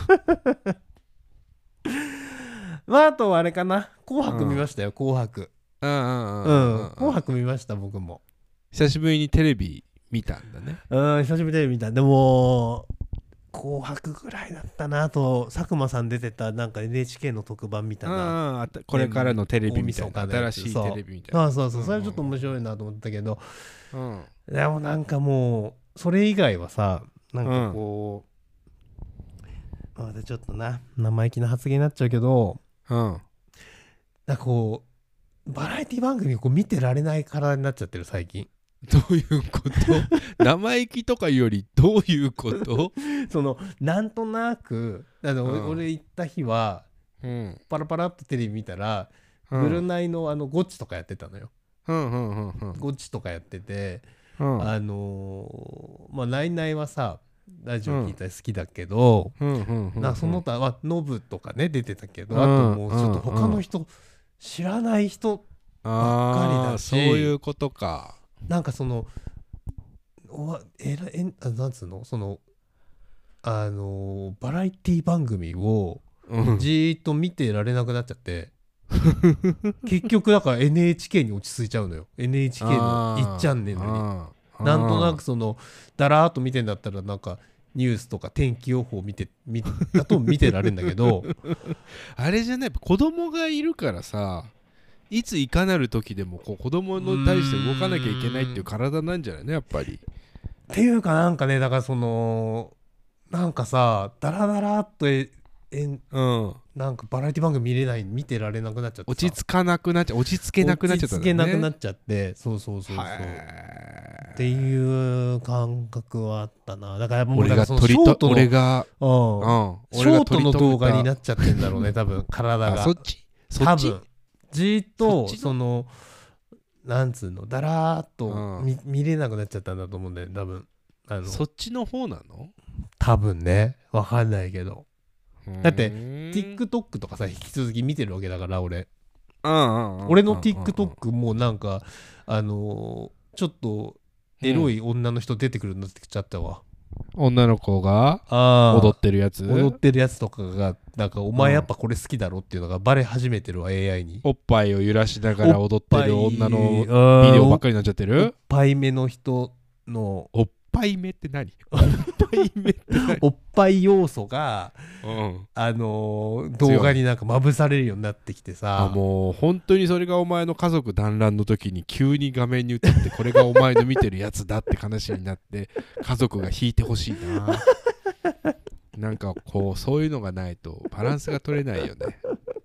まああとあれかな、紅白見ましたよ、うん、紅白。
うんうんうんうん。
紅白見ました、僕も。
久しぶりにテレビ見たんだね。
うん、久しぶりにテレビ見た。でも紅白ぐらいだったな。と佐久間さん出てたなんか エヌエイチケー の特番みたいな、
これからのテレビみたいな、新しいテレビみたいな。
そうそうそう、それちょっと面白いなと思ったけど、うん、でもなんかもうそれ以外はさ、なんかこう、うん、またちょっとな生意気な発言になっちゃうけど、うん、なんかこうバラエティ番組をこう見てられない体になっちゃってる最近。
どういうこと生意気とかよりどういうこと
そのなんとなくあの、うん、俺行った日は、うん、パラパラっとテレビ見たら、うん、ブルナイのあのゴッチとかやってたのよ、うんうんうんうん、ゴッチとかやってて、うん、あのー、まあナイナイはさラジオ聞いたら好きだけど、うん、なんかその他はノブとかね出てたけど、うん、あともうちょっと他の人、うん、知らない人ばっかりだし、
そういうことか。
なんかそのえらえあなんつうのそのあのバラエティ番組をじーっと見てられなくなっちゃって、うん、結局だから エヌエイチケー に落ち着いちゃうのよ。 エヌエイチケー のいちチャンネルになんとなくそのだらーっと見てんだったらなんかニュースとか天気予報見て見だと見てられるんだけど
あれじゃない、子供がいるからさ、いついかなる時でもこう子供に対して動かなきゃいけないっていう体なんじゃないのやっぱり。
っていうかなんかね、だからそのなんかさダラダラっとええ、うん、なんかバラエティ番組見れない見てられなくなっちゃって、
落ち着かなくなっちゃ落ち着けなくなっちゃったんだね。
落ち着けなくなっちゃって、そうそうそうそうっていう感覚はあったな。だからもうだからそのショートの
俺が、
うん、ショートの動画になっちゃってんだろうね多分体が。
そっちそっち
多分じーっとそのなんつうのだらーっと 見,、うん、見れなくなっちゃったんだと思うんだよ多分。あの
そっちの方なの
多分ね、わかんないけど。だって TikTok とかさ引き続き見てるわけだから俺、うんうんうん、俺の TikTok もなんかあのー、ちょっとエロい女の人出てくるようになってきちゃったわ。
女の子が踊ってるやつ
踊ってるやつとかがなんかお前やっぱこれ好きだろっていうのがバレ始めてるわ エーアイ に。
おっぱいを揺らしながら踊ってる女のビデオばっかりになっちゃってる。
おっぱい目の人の
おっぱい目って何おっぱい目って何
おっぱい要素が、うん、あのー、動画になんかまぶされるようになってきてさ、
あもう本当にそれがお前の家族団らんの時に急に画面に映ってこれがお前の見てるやつだって話になって家族が引いてほしいななんかこうそういうのがないとバランスが取れないよね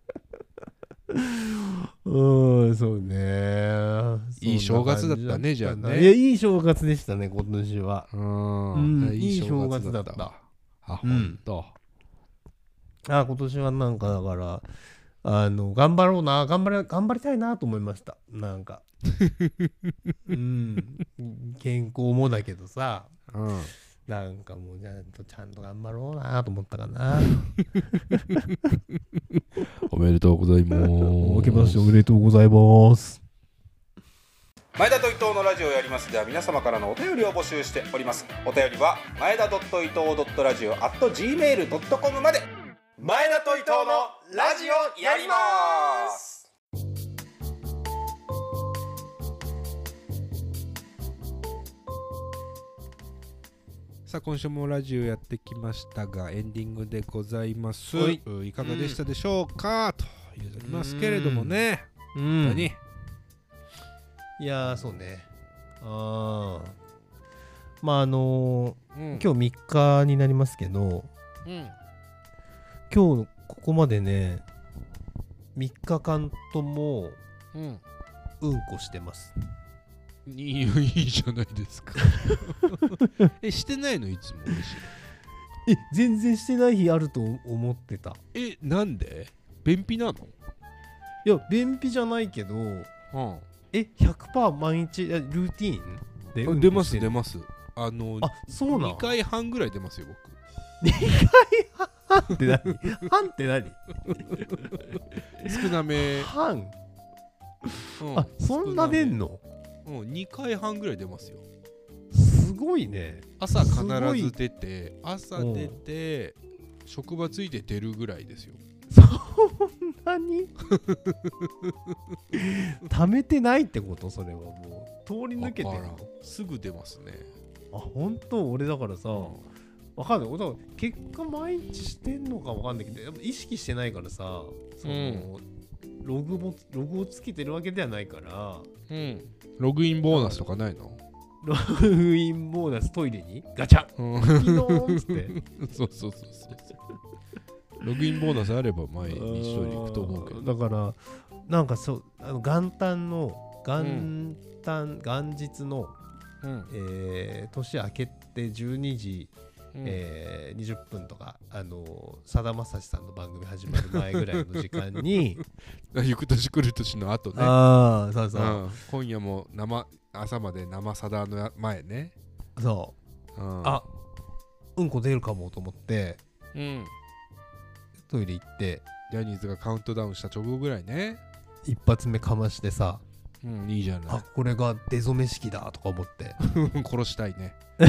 うん、そうね。
いい正月だったね、じゃあね。
いや、いい正月でしたね、今年は。
うん、
うん、いい正月だった。
あ、ほんと。
あ、今年はなんかだから、あの、頑張ろうな、頑張り、頑張りたいなと思いました。なんか。うん、健康もだけどさ。うん。なんかもうちゃんとちゃんと頑張ろうなと思ったかな
おめでとうございます。
明けましておめでとうございます。
前田と伊藤のラジオをやりますでは皆様からのお便りを募集しております。お便りは前田伊藤ラジオ アットジーメールドットコム まで。前田と伊藤のラジオやります。さあ今週もラジオやってきましたがエンディングでございます。い, いかがでしたでしょうか、うん、と言うとりますけれどもね、うん、何
いやーそうね、あまああのーうん、今日みっかになりますけど、うん、今日ここまでねみっかかんとも、うん、うんこしてます。
いいいいじゃないですかえしてないのいつもむし
ろ。え全然してない日あると思ってた。
えなんで便秘なの？
いや便秘じゃないけど、うん、え ひゃくパーセント 毎日ルーティーンで、うん、
出ます出ます。あの
あそうなの
にかいはんぐらい出ますよ僕。
にかい半って何？半って何？
少なめ。
半、うん、あ、そんな出んの？
うん、にかいはんぐらい出ますよ。
すごいね。
朝必ず出て、朝出て、うん、職場ついて出るぐらいですよ。
そんなに貯めてないってこと？それはもう通り抜けてるの？
すぐ出ますね。
あ、本当？俺だからさ、わかんない。俺だから結果毎日してんのかわかんないけど、やっぱ意識してないからさ、その、うん、ログもログをつけてるわけではないから、
うん、ログインボーナスとかないの？
ログインボーナストイレにガチャ、うん、ピノーンっつって
そうそうそうそうログインボーナスあれば前に一緒に行くと思うけど、
だからなんかそう、あの元旦の元旦、うん、元日の、うん、えー、年明けてじゅうにじ、うん、えー、にじゅっぷんとか、あのさだまさしさんの番組始まる前ぐらいの時間に
行く年来る年の後ね、
ああそうそう、うん、
今夜も生朝まで生さだの前ね、
そう、うん、あ、うんこ出るかもと思って、うん、トイレ行って
ジャニーズがカウントダウンした直後ぐらいね、
一発目かましてさ、
うん、いいじゃない、
あ、これが出初め式だとか思って
殺したいね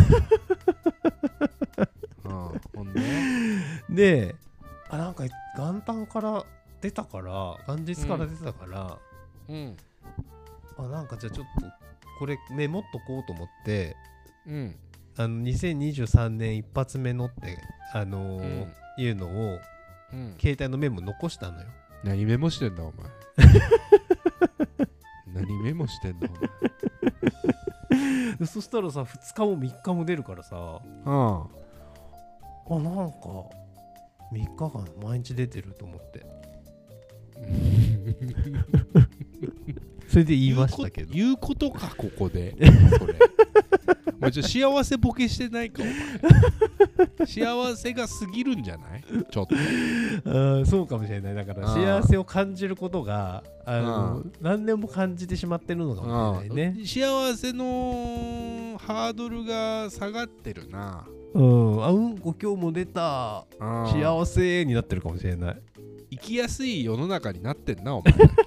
うん、ほんで
で、あ、なんか元旦から出たから元日から出てたから、うん、うん、あ、なんかじゃあちょっとこれメモっとこうと思って、うん、あのにせんにじゅうさんねん一発目のってあのーうん、いうのを、うん、携帯のメモ残したのよ。
何メモしてんだお前何メモしてんだ
お前そしたらさふつかもみっかも出るからさ、ああ、あ、なんかみっかかん毎日出てると思ってそれで言いましたけど、
言うことかここでそれお前ちょっと幸せボケしてないかお前幸せが過ぎるんじゃないちょっと
あ、そうかもしれない。だから幸せを感じることがあの何年も感じてしまってるのかもしれないね。
幸せのハードルが下がってるな。
うん、あ、うんこ今日も出た幸せになってるかもしれない。
生きやすい世の中になってんなお前だけ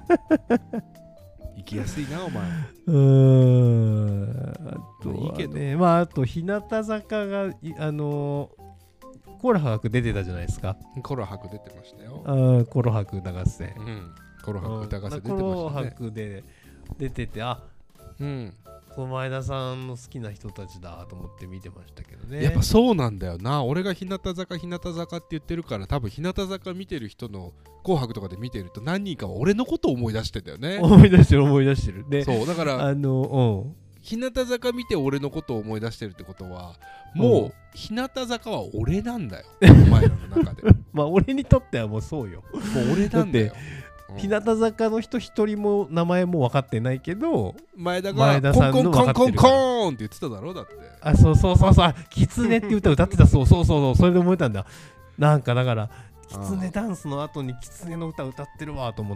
生きやすいなお前。うー
ん、あとはね、いいけど、まああと日向坂があのー、コロハク出てたじゃないですか。
コロハク出てましたよ。
あ、コロハク歌合戦、
うん、コロハク歌合戦出てましたね。
コロハクで出てて、あ、うん、前田さんの好きな人たちだと思って見てましたけどね。
やっぱそうなんだよな。俺が日向坂日向坂って言ってるから、多分日向坂見てる人の紅白とかで見てると何人かは俺のことを思い出してんだよね。
思い出してる思い出してる。で、
そうだから
あの、うん、
日向坂見て俺のことを思い出してるってことは、もう日向坂は俺なんだよお前らの中で
まあ俺にとってはもうそうよ。
もう俺なんだよ。
日向坂の人一人も名前も分かってないけど、
前田が前田さんの分かってるから、コンコンコンコーンって言ってただろ。だって、
あ、そうそうそうそう、キツネって歌歌ってた。そうそうそうそう、それで思えたんだ。なんかだからキツネダンスの後にキツネの歌歌ってるわと思って、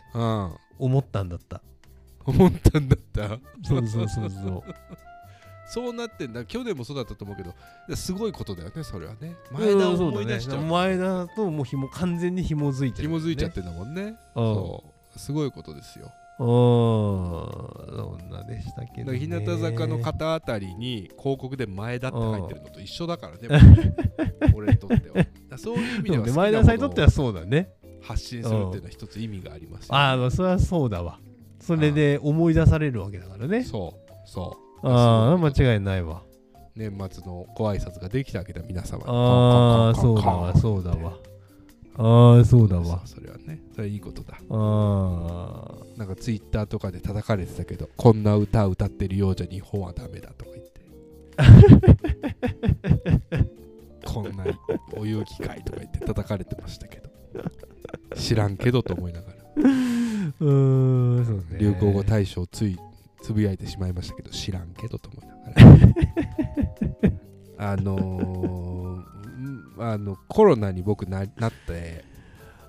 うん、思ったんだった
思ったんだった
そうそうそうそう
そうなってんだ。去年もそうだったと思うけど、すごいことだよねそれはね。前田を思い出しちゃう、うん、
ね、前田ともうひも完全に紐づいてる、
ね、紐づいちゃってんだもんね。そうすごいことですよ。
ああ、そんなでしたけどね。
日向坂の肩あたりに広告で前田って入ってるのと一緒だからね俺にとっては。だそういう意味では好きなものを
前田さんにとってはそうだね、
発信するっていうのは一つ意味がありますよ、
ね、ああ、それはそうだわ。それで思い出されるわけだからね。
そうそう
ああ、間違いないわ。
年末のご挨拶ができたわけだ皆様に。
ああ、そうだわそうだわ。ああ、そうだわ。
それはね、それはいいことだ。
ああ、
なんかツイッターとかで叩かれてたけど、こんな歌歌ってるようじゃ日本はダメだとか言ってこんなお遊戯会とか言って叩かれてましたけど知らんけどと思いながらう
ーん、そうね、
流行語大賞ついつぶやいてしまいましたけど、知らんけどと思いながらあのー、あのコロナに僕 な, なって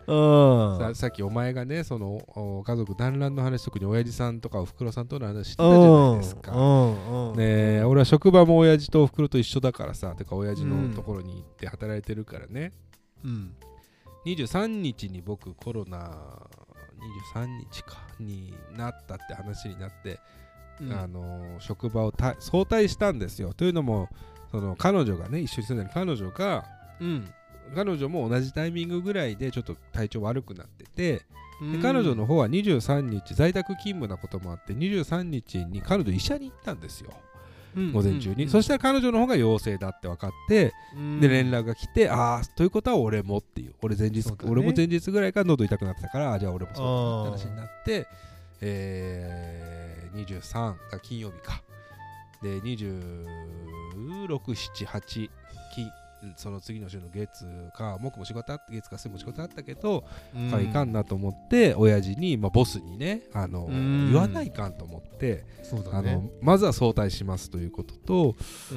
さ, さっきお前がねその家族団らんの話、特に親父さんとかおふくろさんとの話してたじゃないですか。ね、俺は職場も親父とおふくろと一緒だからさ、てか親父のところに行って働いてるからね、うん、にじゅうさんにちに僕コロナにじゅうさんにちかになったって話になって、うん、あの職場をた早退したんですよ。というのもその彼女がね、一緒に住んでる彼女が、うん、彼女も同じタイミングぐらいでちょっと体調悪くなってて、で彼女の方はにじゅうさんにち在宅勤務なこともあってにじゅうさんにちに彼女医者に行ったんですよ、うん、午前中に、うんうん、そしたら彼女の方が陽性だって分かって、うん、で連絡が来て、ああということは俺もっていう、俺前日、ね、俺も前日ぐらいから喉痛くなってたから、あじゃあ俺もそうだって話になって、えー、にじゅうさんが金曜日かでにじゅうろく、しち、はち金その次の週の月か木も仕事あって月か水も仕事あったけど、うん、いかんなと思って親父に、まあ、ボスにねあの、うん、言わないかんと思って、そうだね、あのまずは早退しますということと、うん、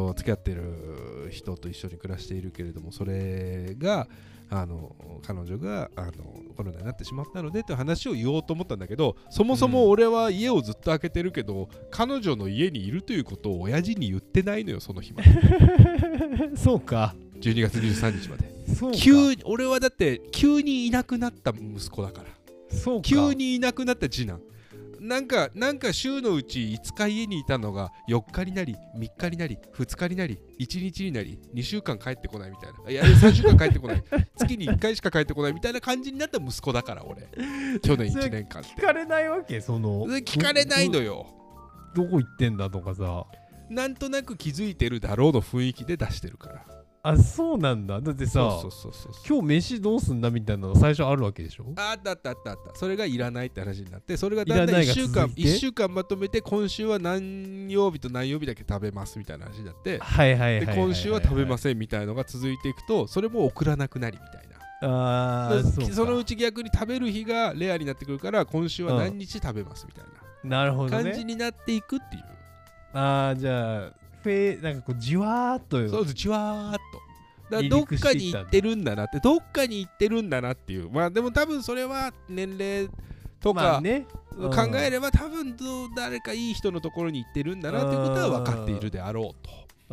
付き合ってる人と一緒に暮らしているけれども、それがあの彼女があのコロナになってしまったのでという話を言おうと思ったんだけど、そもそも俺は家をずっと開けてるけど、うん、彼女の家にいるということを親父に言ってないのよ、その日まで
そうか、
じゅうにがつにじゅうさんにちまで。そうか、急俺はだって急にいなくなった息子だから。そうか、急にいなくなった次男なんかなんか週のうちいつか家にいたのがよっかになりみっかになりふつかになりいちにちになりにしゅうかん帰ってこないみたいな、いやさんしゅうかん帰ってこない月にいっかいしか帰ってこないみたいな感じになった息子だから俺去年いちねんかんって
聞かれないわけ、その
聞かれないのよ、
どこ行ってんだとかさ、
なんとなく気づいてるだろうの雰囲気で出してるから。
あ、そうなんだ。だってさ、そうそうそうそう、今日飯どうすんだみたいなの最初あるわけでしょ。
あったあったあったあった。それがいらないって話になって、それがだんだんいっしゅうかんいっしゅうかんまとめて、今週は何曜日と何曜日だけ食べますみたいな話になって、はいはいはいはいはい、で今週は食べませんみたいなのが続いていくと、それも送らなくなりみたいな。あ、そ, そのうち逆に食べる日がレアになってくるから、今週は何日食べますみたいな、なるほどね、感じになっていくっていう。
ああ、じゃあフェなんかこうじわーっと、
そうです、じわーっと。だからどっかに行ってるんだなって、どっかに行ってるんだなっていう。まあでも多分それは年齢とか考えれば多分誰かいい人のところに行ってるんだなっていうことは分かっているであろう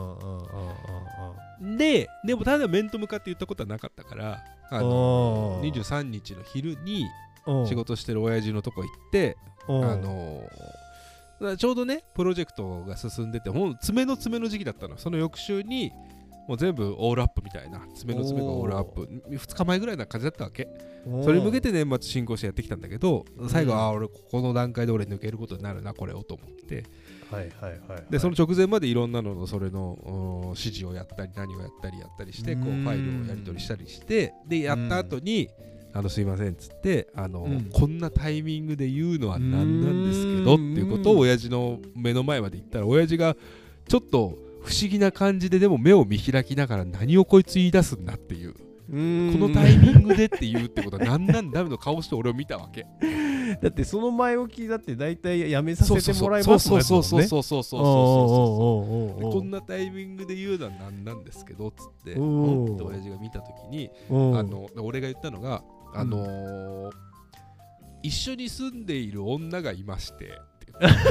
と。で、でもただ面と向かって言ったことはなかったから、あのにじゅうさんにちの昼に仕事してる親父のとこ行って、あのちょうどねプロジェクトが進んでて、もう詰めの詰めの時期だったの。その翌週にもう全部オールアップみたいな、詰めの詰めがオールアップ、ふつかまえぐらいな感じだったわけ。それに向けて年末進行してやってきたんだけど、最後、ああ俺ここの段階で俺抜けることになるなこれをと思って、はいはいはいはい、でその直前までいろんなののそれの指示をやったり何をやったりやったりして、こうファイルをやり取りしたりして、でやった後にあのすいませんっつって、あの、うん、こんなタイミングで言うのは何なんですけどっていうことを親父の目の前まで言ったら、親父がちょっと不思議な感じで、でも目を見開きながら、何をこいつ言い出すんだっていう、うーん、このタイミングでって言うってことは何なんだの顔して俺を見たわけ。
だってその前置きだって大体やめさせてもらいますもんね。
そうそうそうそうそうそうそうそう、こんなタイミングで言うのは何なんですけどっつって、おって親父が見たときに、あの俺が言ったのが、あのーうん、一緒に住んでいる女がいましてって言って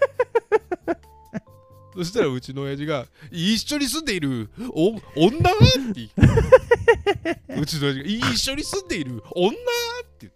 そしたらうちの親父が、一緒に住んでいるお女ってうちの親父が、一緒に住んでいる女って言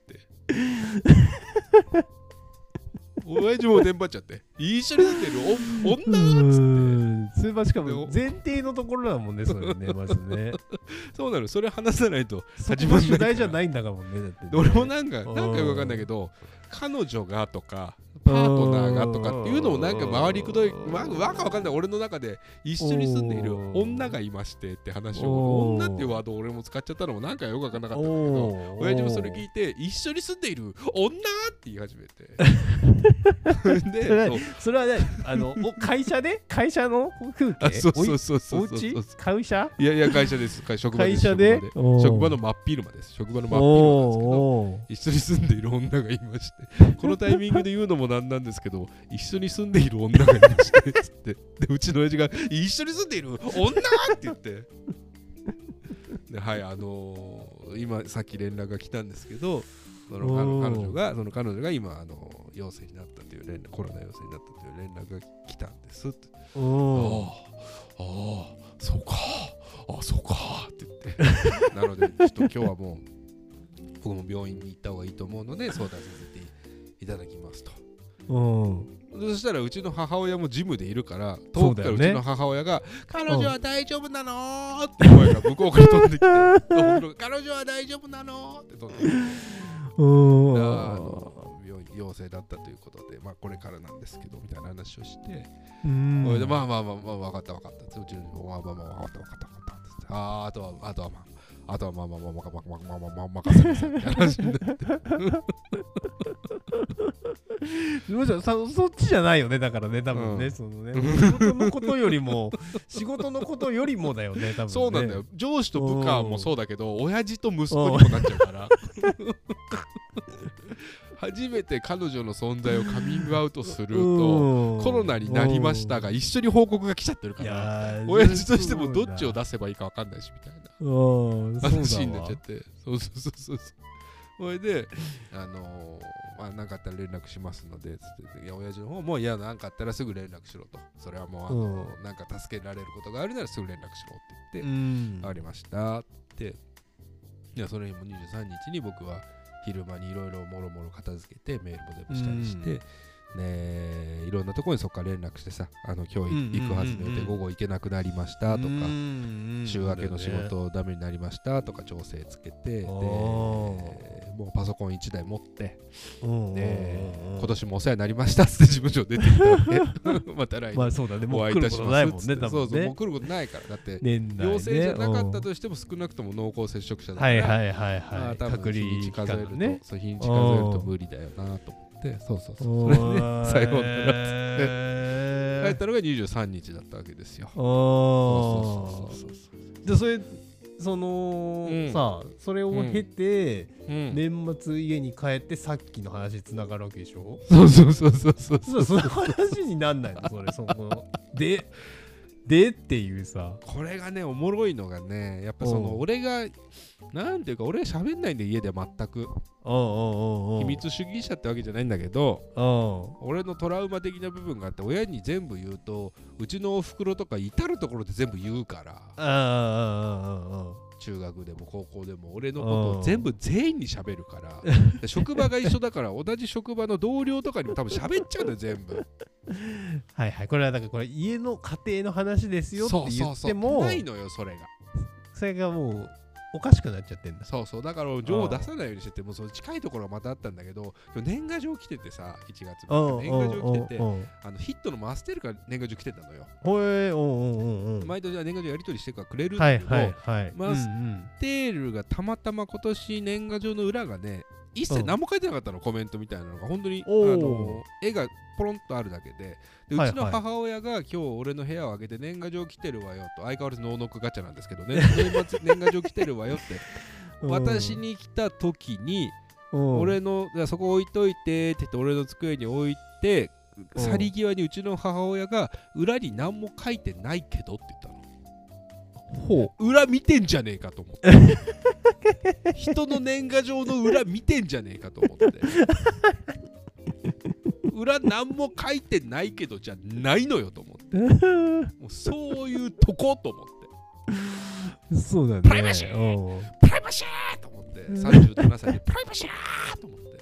って親父もテンパっちゃって、一緒に住んでいるお女っつって、
それはしかも前提のところだもんね、それね、まずね
そうなの、それ話さないと
始まらない。主題じゃないんだからもんね、だってね。
俺もなんか、なんかよくわかんないけど、彼女がとかパートナーがとかっていうのもなんか周りくどい、わかわかんない、俺の中で一緒に住んでいる女がいましてって話を、女っていうワードを俺も使っちゃったのもなんかよくわかんなかったんだけど、親父もそれ聞いて、一緒に住んでいる女って言い始めて
でそれは、それはね、あの会社で会社の風景、
そうそうそうそう、
お家会社、
いやいや会社です、職場です、
会社で
職場の真っ昼間です、職場の真っ昼間なんですけど、一緒に住んでいる女がいまして、このタイミングで言うのもなんなんですけど、一緒に住んでいる女がいましてつって、でうちの親父が一緒に住んでいる女って言ってではいあのー、今さっき連絡が来たんですけどその彼女がその彼女が今あの陽性になったという連絡コロナ陽性になったという連絡が来たんですって。ああああそうかああそうかって言ってなのでちょっと今日はもう僕も病院に行った方がいいと思うので相談させていただきますと。そしたらうちの母親もジムでいるから遠くからうちの母親が、ね、彼女は大丈夫なのって声が向こうから飛んできて彼女は大丈夫なのって飛んできてあの陽性だったということで、まあ、これからなんですけどみたいな話をしてそれでまあまあまあまあ分かった分かったうちのまあまあまあ分かった分かった分かったああとはあとはまああとはまあまあまあまあまあまあまあまあ任せなさいみたいな話になって
そ, そっちじゃないよねだからね多分ね、うん、そのね仕事のことよりも仕事のことよりもだよね多分ね
そうなんだよ上司と部下もそうだけど親父と息子にもなっちゃうから初めて彼女の存在をカミングアウトするとコロナになりましたが一緒に報告が来ちゃってるから親父としてもどっちを出せばいいか分かんないしみたいな話になっちゃってそうそうそうそうそれであのー、まあ何かあったら連絡しますのでつっていや親父の方もいや何かあったらすぐ連絡しろとそれはもうあのー、なんか助けられることがあるならすぐ連絡しろって言ってありましたっていやそれにもにじゅうさんにちに僕は昼間にいろいろもろもろ片付けてメールも全部したりして、ね、いろんなところにそこから連絡してさあの今日行くはずの予定午後行けなくなりましたとか週明けの仕事ダメになりましたとか調整つけてでもうパソコンいちだい持ってで今年もお世話になりましたって事務所出てきたんでまた来年お会いいたしますってそうそうもう来ることないからだって陽性じゃなかったとしても少なくとも濃厚接触者だから隔離日にち数えると日にち数えると無理だよなと思ってでそうそうそうそれでさようならって帰ったのがにじゅうさんにちだったわけですよ。そうそうそうそう
でそれその、うん、さそれを経て、うん、年末家に帰ってさっきの話につながるわけでしょ。
そうそうそうそうそう
そうその話になんないのそれそのででっていうさ
これがねおもろいのがねやっぱその俺がなんていうか俺喋んないんで家では全く秘密主義者ってわけじゃないんだけど俺のトラウマ的な部分があって親に全部言うとうちのおふくろとか至るところで全部言うから中学でも高校でも俺のことを全部全員に喋るから職場が一緒だから同じ職場の同僚とかにも多分喋っちゃうんだよ全部
はいはいこれはだからこれ家の家庭の話ですよって言っても
そうそうそうないのよそれが
それがもうおかしくなっちゃってんだ
そうそうだから情を出さないようにしててもうその近いところがまたあったんだけど今日年賀状来ててさいちがつ年賀状来ててあのヒットのマステルから年賀状来てたのよへえ毎年は年賀状やり取りしてからくれるんだけど、はいはいはい、マステルがたまたま今年年賀状の裏がね一切何も書いてなかったのコメントみたいなのが本当にあの絵がポロンとあるだけででうちの母親が今日俺の部屋を開けて年賀状来てるわよと相変わらずノーノックガチャなんですけどね年末年賀状来てるわよって私に来た時に俺のそこ置いといてって言って俺の机に置いて去り際にうちの母親が裏に何も書いてないけどって言ったの。ほう裏見てんじゃねえかと思って人の年賀状の裏見てんじゃねえかと思って裏何も書いてないけどじゃないのよと思ってもうそういうとこと思って
そうだね
プライバシープライバシーと思ってさんじゅうななさいでプライバシーと思って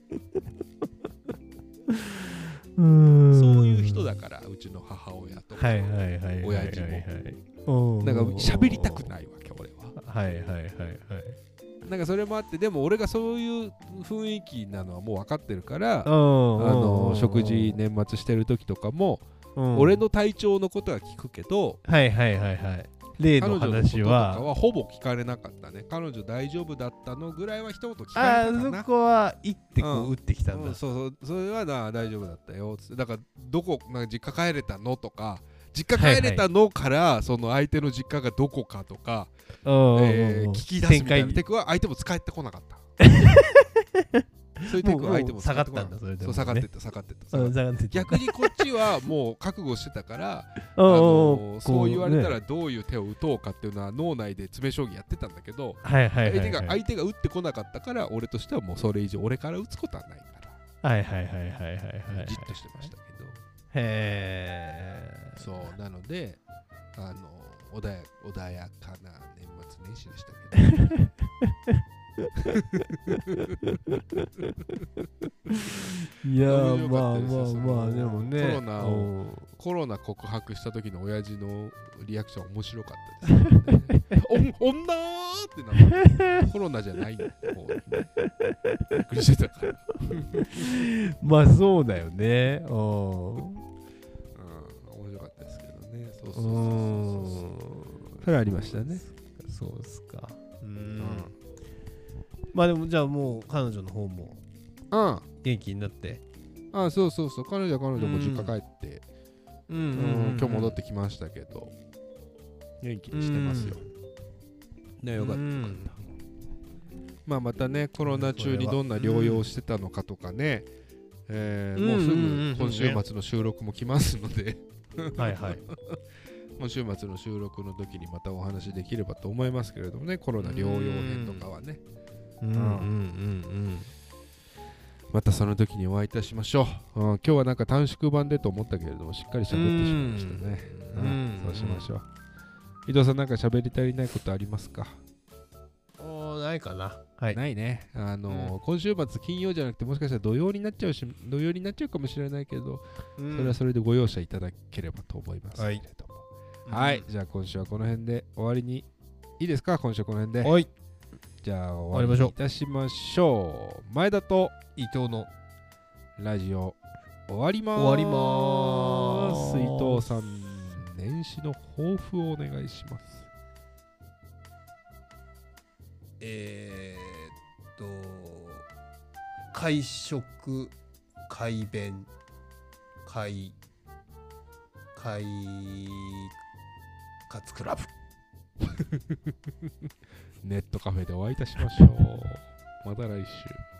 うーんそういう人だからうちの母親とか親父もなんか喋りたくないわけ俺は
はいはいはいはい
なんかそれもあってでも俺がそういう雰囲気なのはもう分かってるからあの食事年末してる時とかも俺の体調のことは聞くけど
はいはいはいはい例の話は
彼女のこととかはほぼ聞かれなかったね彼女大丈夫だったのぐらいは一言聞かれたかな
あそこは行ってこう打ってきたんだ、うんうん、
そうそうそれはな大丈夫だったよつってだからどこなんか実家帰れたのとか実家帰れたのから、はいはい、その相手の実家がどこかとか、えー、聞き出すみたいなテクは相手も使ってこなかったそういうテクは相手も
下がったんだそれでも、ね、
そう下がってった下がってった
下がってった
逆にこっちはもう覚悟してたからあのそう言われたらどういう手を打とうかっていうのは脳内で詰将棋やってたんだけど、
はいはいはいはい、
相手が相手が打ってこなかったから俺としてはもうそれ以上俺から打つことはないから
はいはいはいはいはいはい
じっとしてましたけど、
へー
そうなのであの穏や穏やかな年末年始でしたけど
いやーまあまあまあでもね
コロナをコロナ告白した時の親父のリアクション面白かったですよねお女ーってなってコロナじゃない方に、ね、びっくりしてたから
まあそうだよねうん、
面白かったですけどねそうそうそうそうそれありましたね
そうですかうん、うん、まあでもじゃあもう彼女の方も元気になって、
うん、あそうそうそう彼女は彼女も実家帰って、うんうんうん、今日戻ってきましたけど元気にしてますよ、うん、ねよかったよかった、まあまたねコロナ中にどんな療養してたのかとかね、えー、もうすぐ今週末の収録も来ますので
はいはい
今週末の収録の時にまたお話できればと思いますけれどもねコロナ療養編とかはね
うんうんうんうん
またその時にお会いいたしましょう、うん、今日はなんか短縮版でと思ったけれどもしっかり喋ってしまいましたね、うんうん、そうしましょう伊藤さんなんか喋り足りないことありますか？
おないかな、はい、
ないねあのーうん、今週末金曜じゃなくてもしかしたら土曜になっちゃうし土曜になっちゃうかもしれないけど、うん、それはそれでご容赦いただければと思いますけれどもはい、うん、じゃあ今週はこの辺で終わりにいいですか？今週はこの辺で
はい
じゃあ終わりにいたしましょう。前田と
伊藤の
ラジオ終わりまーす。
終わりまーす。
伊藤さん年始の抱負をお願いします。
えー、っと会食会弁会会活クラブ
ネットカフェでお会いいたしましょう。また来週。